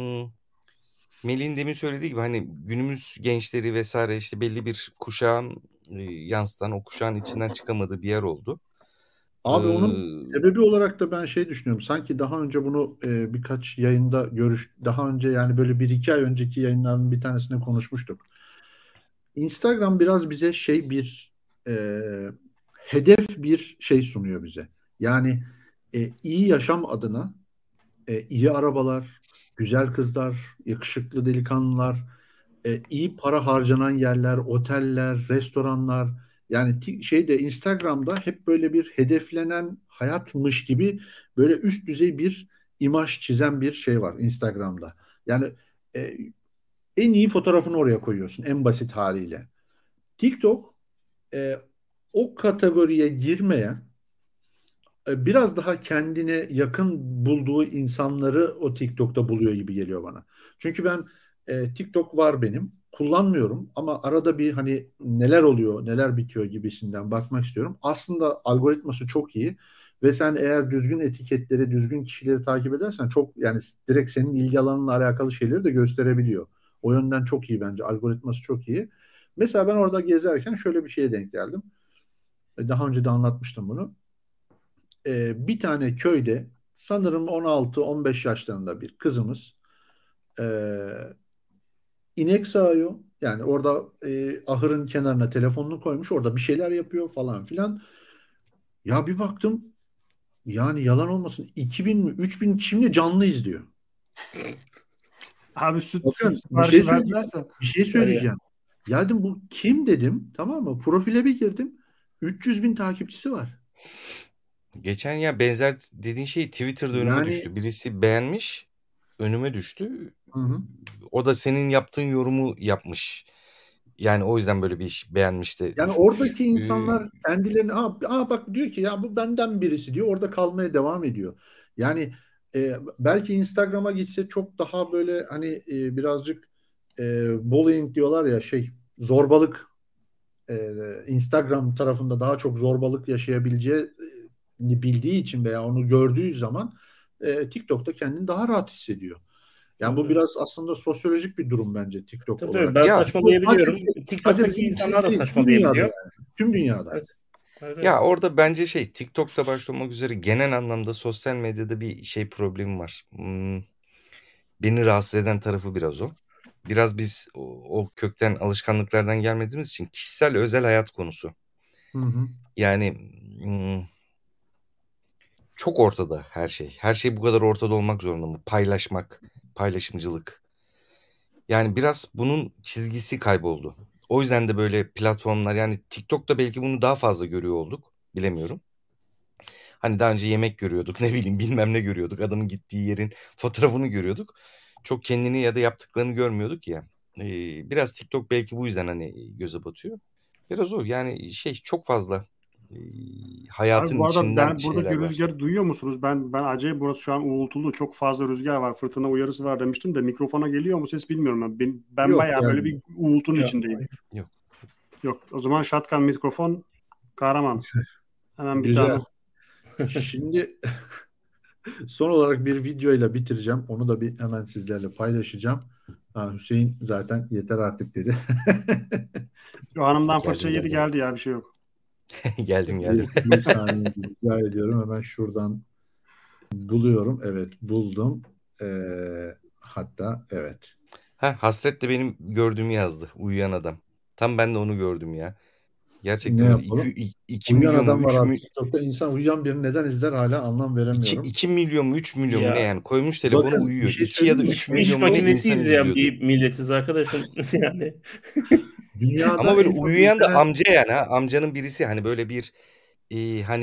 Melih'in demin söylediği gibi hani günümüz gençleri vesaire işte belli bir kuşağın yansıtan, o kuşağın içinden çıkamadığı bir yer oldu. abi onun Ee, sebebi olarak da ben şey düşünüyorum. Sanki daha önce bunu birkaç yayında daha önce yani böyle bir iki ay önceki yayınların bir tanesinde konuşmuştuk. Instagram biraz bize e, hedef bir şey sunuyor bize. Yani iyi yaşam adına iyi arabalar, güzel kızlar, yakışıklı delikanlılar, iyi para harcanan yerler, oteller, restoranlar. Yani şeyde Instagram'da hep böyle bir hedeflenen hayatmış gibi böyle üst düzey bir imaj çizen bir şey var Instagram'da. Yani e, en iyi fotoğrafını oraya koyuyorsun en basit haliyle. TikTok e, o kategoriye girmeyen biraz daha kendine yakın bulduğu insanları o TikTok'ta buluyor gibi geliyor bana. Çünkü ben TikTok var benim. Kullanmıyorum ama arada bir hani neler oluyor, neler bitiyor gibisinden bakmak istiyorum. Aslında algoritması çok iyi ve sen eğer düzgün etiketleri, düzgün kişileri takip edersen çok yani direkt senin ilgi alanınla alakalı şeyleri de gösterebiliyor. O yönden çok iyi bence. Algoritması çok iyi. Mesela ben orada gezerken şöyle bir şeye denk geldim. Daha önce de anlatmıştım bunu. Bir tane köyde sanırım 16-15 yaşlarında bir kızımız e, inek sağıyor. Yani orada ahırın kenarına telefonunu koymuş, orada bir şeyler yapıyor falan filan. Ya bir baktım, yani yalan olmasın 2000 mi 3000 kişi mi canlı izliyor. Abi süt Bakın siparişi verdilerse. bir şey söyleyeceğim. Geldim, bu kim dedim, tamam mı? Profile bir girdim. 300 bin takipçisi var. Geçen ya benzer dediğin şey Twitter'da önüme Yani düştü. Birisi beğenmiş, önüme düştü. hı hı. O da senin yaptığın yorumu yapmış. Yani o yüzden böyle bir iş beğenmiş de Yani düşmüş. oradaki insanlar kendilerini bak diyor ki ya bu benden birisi diyor, orada kalmaya devam ediyor. Yani belki Instagram'a gitse çok daha böyle hani birazcık bullying diyorlar ya, şey, zorbalık, Instagram tarafında daha çok zorbalık yaşayabileceği bildiği için veya onu gördüğü zaman TikTok'ta kendini daha rahat hissediyor. Yani bu biraz aslında sosyolojik bir durum bence TikTok Tabii olarak. ben Ya, saçmalayabiliyorum. sadece TikTok'taki insanlar da tüm dünyada saçmalayabiliyor. yani. Tüm dünyada. Evet. Evet. Ya orada bence TikTok'ta başlamak üzere genel anlamda sosyal medyada bir problemi var. Beni rahatsız eden tarafı biraz o. Biraz biz o kökten alışkanlıklardan gelmediğimiz için kişisel özel hayat konusu. Hı hı. Yani çok ortada her şey. Her şey bu kadar ortada olmak zorunda mı? Paylaşmak, paylaşımcılık. Yani biraz bunun çizgisi kayboldu. O yüzden de böyle platformlar, yani TikTok'ta belki bunu daha fazla görüyor olduk. Bilemiyorum. Hani daha önce yemek görüyorduk, ne bileyim bilmem ne görüyorduk. Adamın gittiği yerin fotoğrafını görüyorduk. Çok kendini ya da yaptıklarını görmüyorduk ya. Biraz TikTok belki bu yüzden hani göze batıyor. Biraz o yani çok fazla hayatın Abi bu arada içinden buradaki şeyler var. rüzgarı duyuyor musunuz? Ben acayip, burası şu an uğultulu. Çok fazla rüzgar var. Fırtına uyarısı var demiştim de mikrofona geliyor mu ses bilmiyorum. Ben Yok, bayağı böyle gelmiyor. bir uğultunun Yok. içindeyim. Yok. Yok. O zaman shotgun mikrofon kahraman. Hemen bir Güzel. tane. Şimdi son olarak bir videoyla bitireceğim. Onu da hemen sizlerle paylaşacağım. Hüseyin zaten yeter artık dedi. Şu hanımdan Geldim, fırça yedi geldim. geldi ya, bir şey yok. Geldim. Bir saniye rica ediyorum. Hemen şuradan buluyorum. Evet, buldum. Hatta evet. Hasret de benim gördüğümü yazdı. Uyuyan adam. Tam ben de onu gördüm ya. Gerçekten Ne öyle yapalım? 2 Uyuyan milyon mu adam 3 var abi milyon TikTok'ta. İnsan uyuyan birini neden izler hala anlam veremiyorum. 2 milyon mu 3 milyon mu ne Ya. yani, koymuş telefonu Bakın, bir uyuyor. şey 2 ya da söyleyeyim mi? 3 İş milyon mu ne makinesi insan izleyen izliyordu. bir milletiz arkadaşım. Yani Dünyada Ama böyle en çok uyuyan da izlenen- amca, yani amcanın birisi, hani böyle bir hani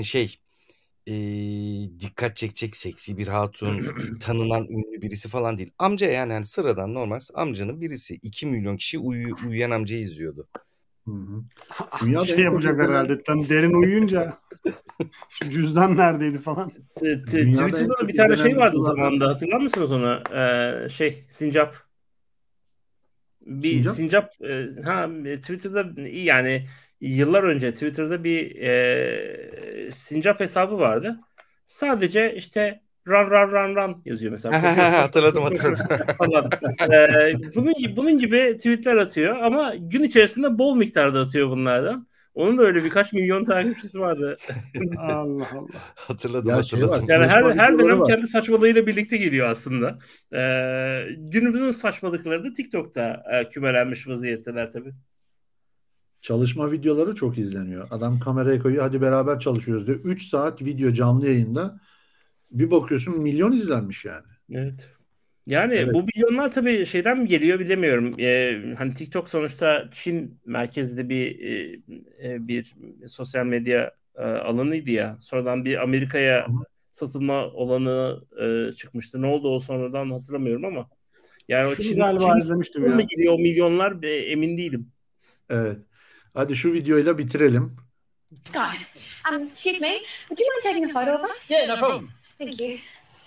dikkat çekecek seksi bir hatun, tanınan ünlü birisi falan değil. Amca yani hani sıradan normal amcanın birisi. 2 milyon kişi uyuyan amcayı izliyordu. Hı hı. Bir Dünyada en şey çok yapacaklar izlenen- herhalde. Tam derin uyuyunca. Şu cüzdan neredeydi falan. Dünyada en Twitter'da çok bir tane izlenen vardı videolardan- zamanında, hatırlar mısınız onu? Sincap. Bir Sincap? Twitter'da, yani yıllar önce Twitter'da bir sincap hesabı vardı. Sadece işte run yazıyor mesela. Hatırladım. Falan. Bunun gibi tweetler atıyor ama gün içerisinde bol miktarda atıyor bunlardan. Onun da öyle birkaç milyon takipçisi vardı. Allah Allah. Hatırladım. Ya şey var, Yani her videoları dönem var. kendi saçmalığıyla birlikte geliyor aslında. Günümüzün saçmalıkları da TikTok'ta kümelenmiş vaziyetteler tabii. Çalışma videoları çok izleniyor. Adam kameraya koyuyor, hadi beraber çalışıyoruz diyor. 3 saat video canlı yayında. Bir bakıyorsun milyon izlenmiş yani. Evet. Yani Evet. bu milyonlar tabii şeyden mi geliyor bilemiyorum. Hani TikTok sonuçta Çin merkezli bir sosyal medya alanıydı ya. Sonradan bir Amerika'ya satılma olanı çıkmıştı. Ne oldu o sonradan hatırlamıyorum ama. Yani o Şunu galiba izlemiştim mı ya. geliyor o milyonlar, emin değilim. Evet. Hadi şu videoyla bitirelim. Sky, excuse me, would you mind taking a photo of us? Yeah, no problem. Thank you.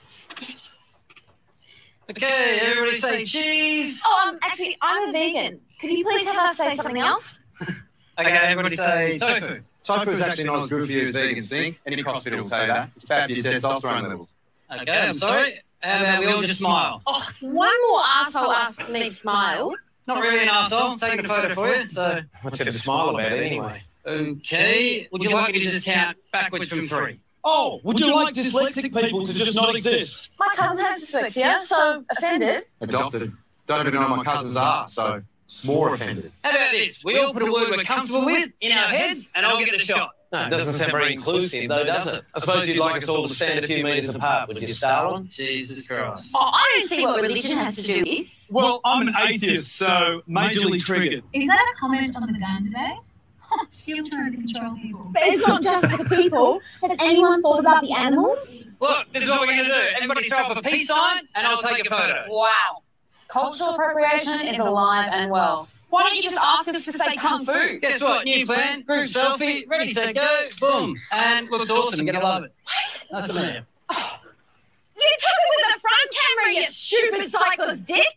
Okay, everybody say cheese. Oh, actually, I'm a vegan. Could you please have us say something else? Okay, everybody say tofu. Tofu is actually not as good for you as vegans think. Any CrossFitter will tell you that. It's bad for your testosterone levels. Okay, I'm sorry. How about we all just smile? Oh, one more asshole asks me to smile. Not really an arsehole. Taking a photo for you. So, What's there to smile about anyway? okay. Would you like me to just count backwards from 3? Oh, would you like dyslexic people to just not exist? My cousin has dyslexia, so offended. Adopted. Don't even know what my cousins are, so more offended. How about this? We all put a word we're comfortable with in our heads, and I'll get the shot. No, it doesn't sound very inclusive, though, does it? I suppose you'd like us all to stand a few metres apart, would you, Stalin? Jesus Christ. Oh, I don't see what religion has to do with this. Well, I'm an atheist, so majorly triggered. Is that a comment on the gun debate? Still trying to control people. But it's not just the people. Has anyone thought about the animals? Look, this is what we're going to do. Everybody throw up a peace sign, and I'll take a photo. Wow. Cultural appropriation is alive and well. Why don't you just ask us to say kung fu? Guess what? New plan, group selfie, ready, set, go, boom. And looks awesome, you're going to love it. That's the man. You took it with the front camera, you stupid cyclist dick.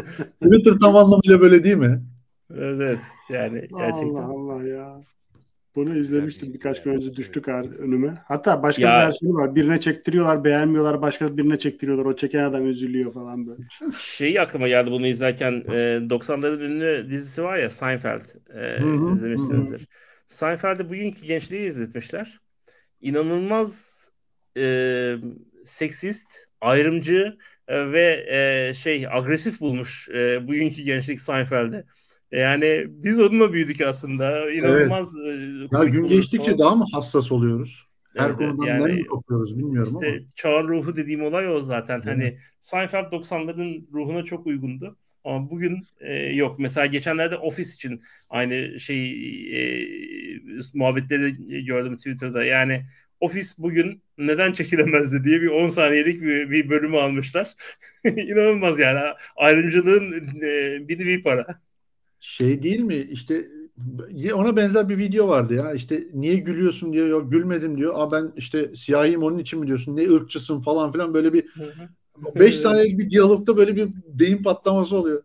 Twitter tam anlamıyla böyle değil mi? Evet yani gerçekten. Allah Allah ya. Bunu izlemiştim birkaç gün önce, düştük önüme. Hatta başka Ya- bir versiyonu var. Birine çektiriyorlar, beğenmiyorlar. Başka birine çektiriyorlar. O çeken adam üzülüyor falan böyle. Şeyi aklıma geldi bunu izlerken 90'ların ünlü dizisi var ya Seinfeld, hı, izlemişsinizdir. Seinfeld'de bugünkü gençliği izletmişler. İnanılmaz seksist, ayrımcı ve agresif bulmuş bugünkü gençlik Seinfeld'de. Yani biz onunla büyüdük aslında. İnanılmaz Ya komik gün bulmuş geçtikçe falan. daha mı hassas oluyoruz? Her Evet, konudan yani nem mi kopuyoruz bilmiyorum ama. İşte çağın ruhu dediğim olay o zaten. Evet. Hani Seinfeld 90'ların ruhuna çok uygundu. Ama bugün yok. Mesela geçenlerde Office için aynı muhabbetleri gördüm Twitter'da. Yani Office bugün neden çekilemezdi diye bir 10 saniyelik bir bölümü almışlar. İnanılmaz yani. Ayrımcılığın bir nevi para. Şey değil mi işte ona benzer bir video vardı ya, işte niye gülüyorsun diyor, yok gülmedim diyor. Ben işte siyahiyim onun için mi diyorsun, ne ırkçısın falan filan, böyle bir 5 saniyelik bir diyalogda böyle bir beyin patlaması oluyor.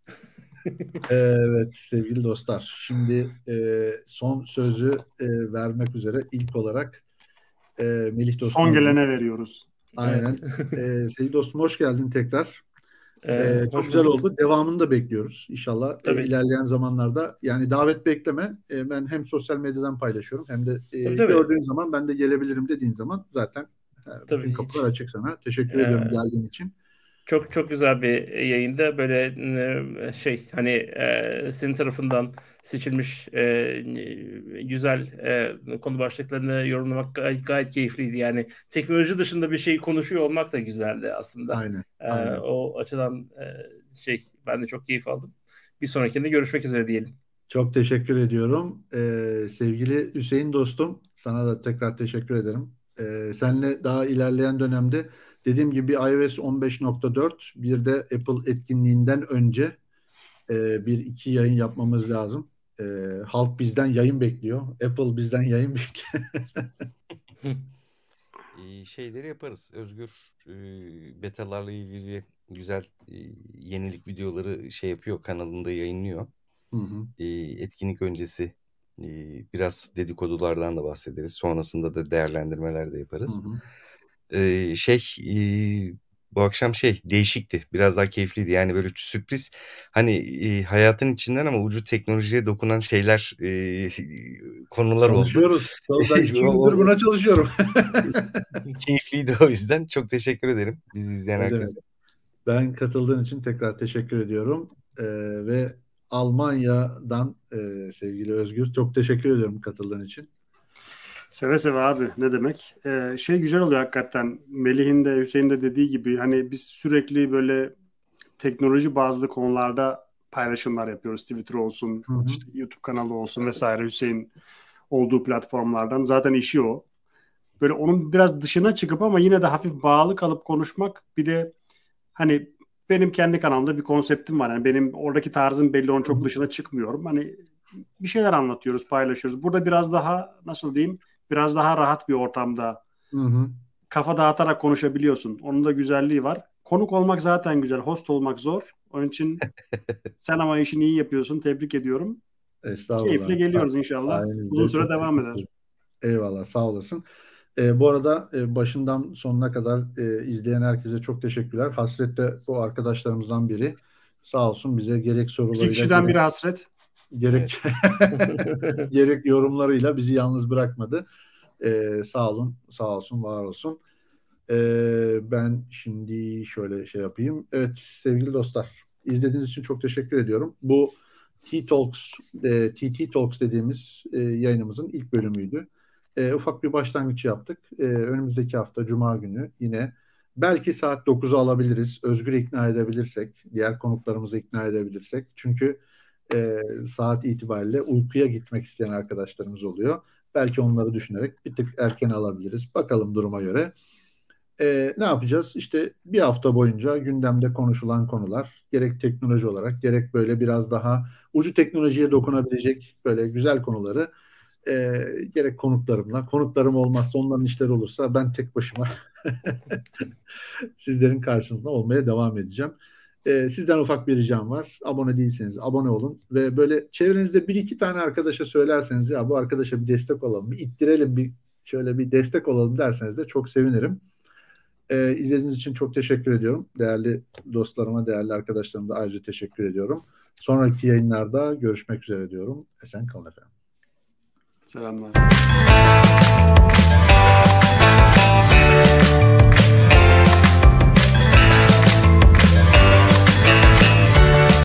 Evet sevgili dostlar, şimdi son sözü vermek üzere ilk olarak Melih dostum. Son gelene veriyoruz. Aynen. Sevgili dostum hoş geldin tekrar. Çok Hoş güzel bulduk. oldu. Devamını da bekliyoruz inşallah. Tabii. İlerleyen zamanlarda, yani davet bekleme. Ben hem sosyal medyadan paylaşıyorum hem de Tabii. gördüğün zaman ben de gelebilirim dediğin zaman zaten bütün Tabii, kapılar açık sana. Teşekkür Ee, ediyorum geldiğin için. Çok çok güzel bir yayında böyle senin tarafından seçilmiş güzel konu başlıklarını yorumlamak gayet keyifliydi. Yani teknoloji dışında bir şey konuşuyor olmak da güzeldi aslında. Aynen. Aynen. O açıdan ben de çok keyif aldım. Bir sonrakinde görüşmek üzere diyelim. Çok teşekkür ediyorum. Sevgili Hüseyin dostum, sana da tekrar teşekkür ederim. Seninle daha ilerleyen dönemde dediğim gibi iOS 15.4 bir de Apple etkinliğinden önce bir iki yayın yapmamız lazım. Halk bizden yayın bekliyor. Apple bizden yayın bekliyor. Şeyleri yaparız. Özgür betalarla ilgili güzel yenilik videoları yapıyor, kanalında yayınlıyor. Hı hı. Etkinlik öncesi biraz dedikodulardan da bahsederiz. Sonrasında da değerlendirmeler de yaparız. Hı hı. Bu akşam değişikti. Biraz daha keyifliydi. Yani böyle sürpriz, hani hayatın içinden ama ucu teknolojiye dokunan şeyler, konular oldu. Çalışıyoruz. Ben 2 gündür buna çalışıyorum. Keyifliydi o yüzden. Çok teşekkür ederim bizi izleyen herkese. Ben katıldığın için tekrar teşekkür ediyorum. Ve Almanya'dan sevgili Özgür, çok teşekkür ediyorum katıldığın için. Seve seve abi, ne demek. Güzel oluyor hakikaten. Melih'in de Hüseyin de dediği gibi, hani biz sürekli böyle teknoloji bazlı konularda paylaşımlar yapıyoruz. Twitter olsun, Hı hı. işte YouTube kanalı olsun vesaire, Hüseyin olduğu platformlardan. Zaten işi o. Böyle onun biraz dışına çıkıp ama yine de hafif bağlı kalıp konuşmak. Bir de hani benim kendi kanalımda bir konseptim var. Yani benim oradaki tarzım belli, onun çok dışına çıkmıyorum. Hani bir şeyler anlatıyoruz, paylaşıyoruz. Burada biraz daha, nasıl diyeyim, biraz daha rahat bir ortamda Hı hı. kafa dağıtarak konuşabiliyorsun. Onun da güzelliği var. Konuk olmak zaten güzel, host olmak zor. Onun için sen ama işini iyi yapıyorsun. Tebrik ediyorum. Estağfurullah. Keyifle geliyoruz inşallah. Sayenizde Uzun süre çok devam teşekkür eder. ederim. Eyvallah, sağ olasın. Bu arada başından sonuna kadar izleyen herkese çok teşekkürler. Hasret de bu arkadaşlarımızdan biri. Sağ olsun bize gerek sorularıyla, 2 kişiden biri Hasret. gerek gerek yorumlarıyla bizi yalnız bırakmadı. Sağ olun, sağ olsun, var olsun. Ben şimdi şöyle yapayım. Evet sevgili dostlar, izlediğiniz için çok teşekkür ediyorum. Bu TT Talks dediğimiz yayınımızın ilk bölümüydü. Ufak bir başlangıç yaptık. Önümüzdeki hafta Cuma günü yine belki saat 9'u alabiliriz. Özgür'ü ikna edebilirsek, diğer konuklarımızı ikna edebilirsek. Çünkü saat itibariyle uykuya gitmek isteyen arkadaşlarımız oluyor. Belki onları düşünerek bir tık erken alabiliriz. Bakalım duruma göre. Ne yapacağız? İşte bir hafta boyunca gündemde konuşulan konular, gerek teknoloji olarak, gerek böyle biraz daha ucu teknolojiye dokunabilecek böyle güzel konuları gerek konuklarım olmazsa, onların işleri olursa ben tek başıma sizlerin karşınızda olmaya devam edeceğim. Sizden ufak bir ricam var. Abone değilseniz abone olun ve böyle çevrenizde bir iki tane arkadaşa söylerseniz ya bu arkadaşa bir destek olalım, bir ittirelim, bir şöyle bir destek olalım derseniz de çok sevinirim. İzlediğiniz için çok teşekkür ediyorum. Değerli dostlarıma, değerli arkadaşlarıma da ayrıca teşekkür ediyorum. Sonraki yayınlarda görüşmek üzere diyorum. Esen kalın efendim. Selamlar.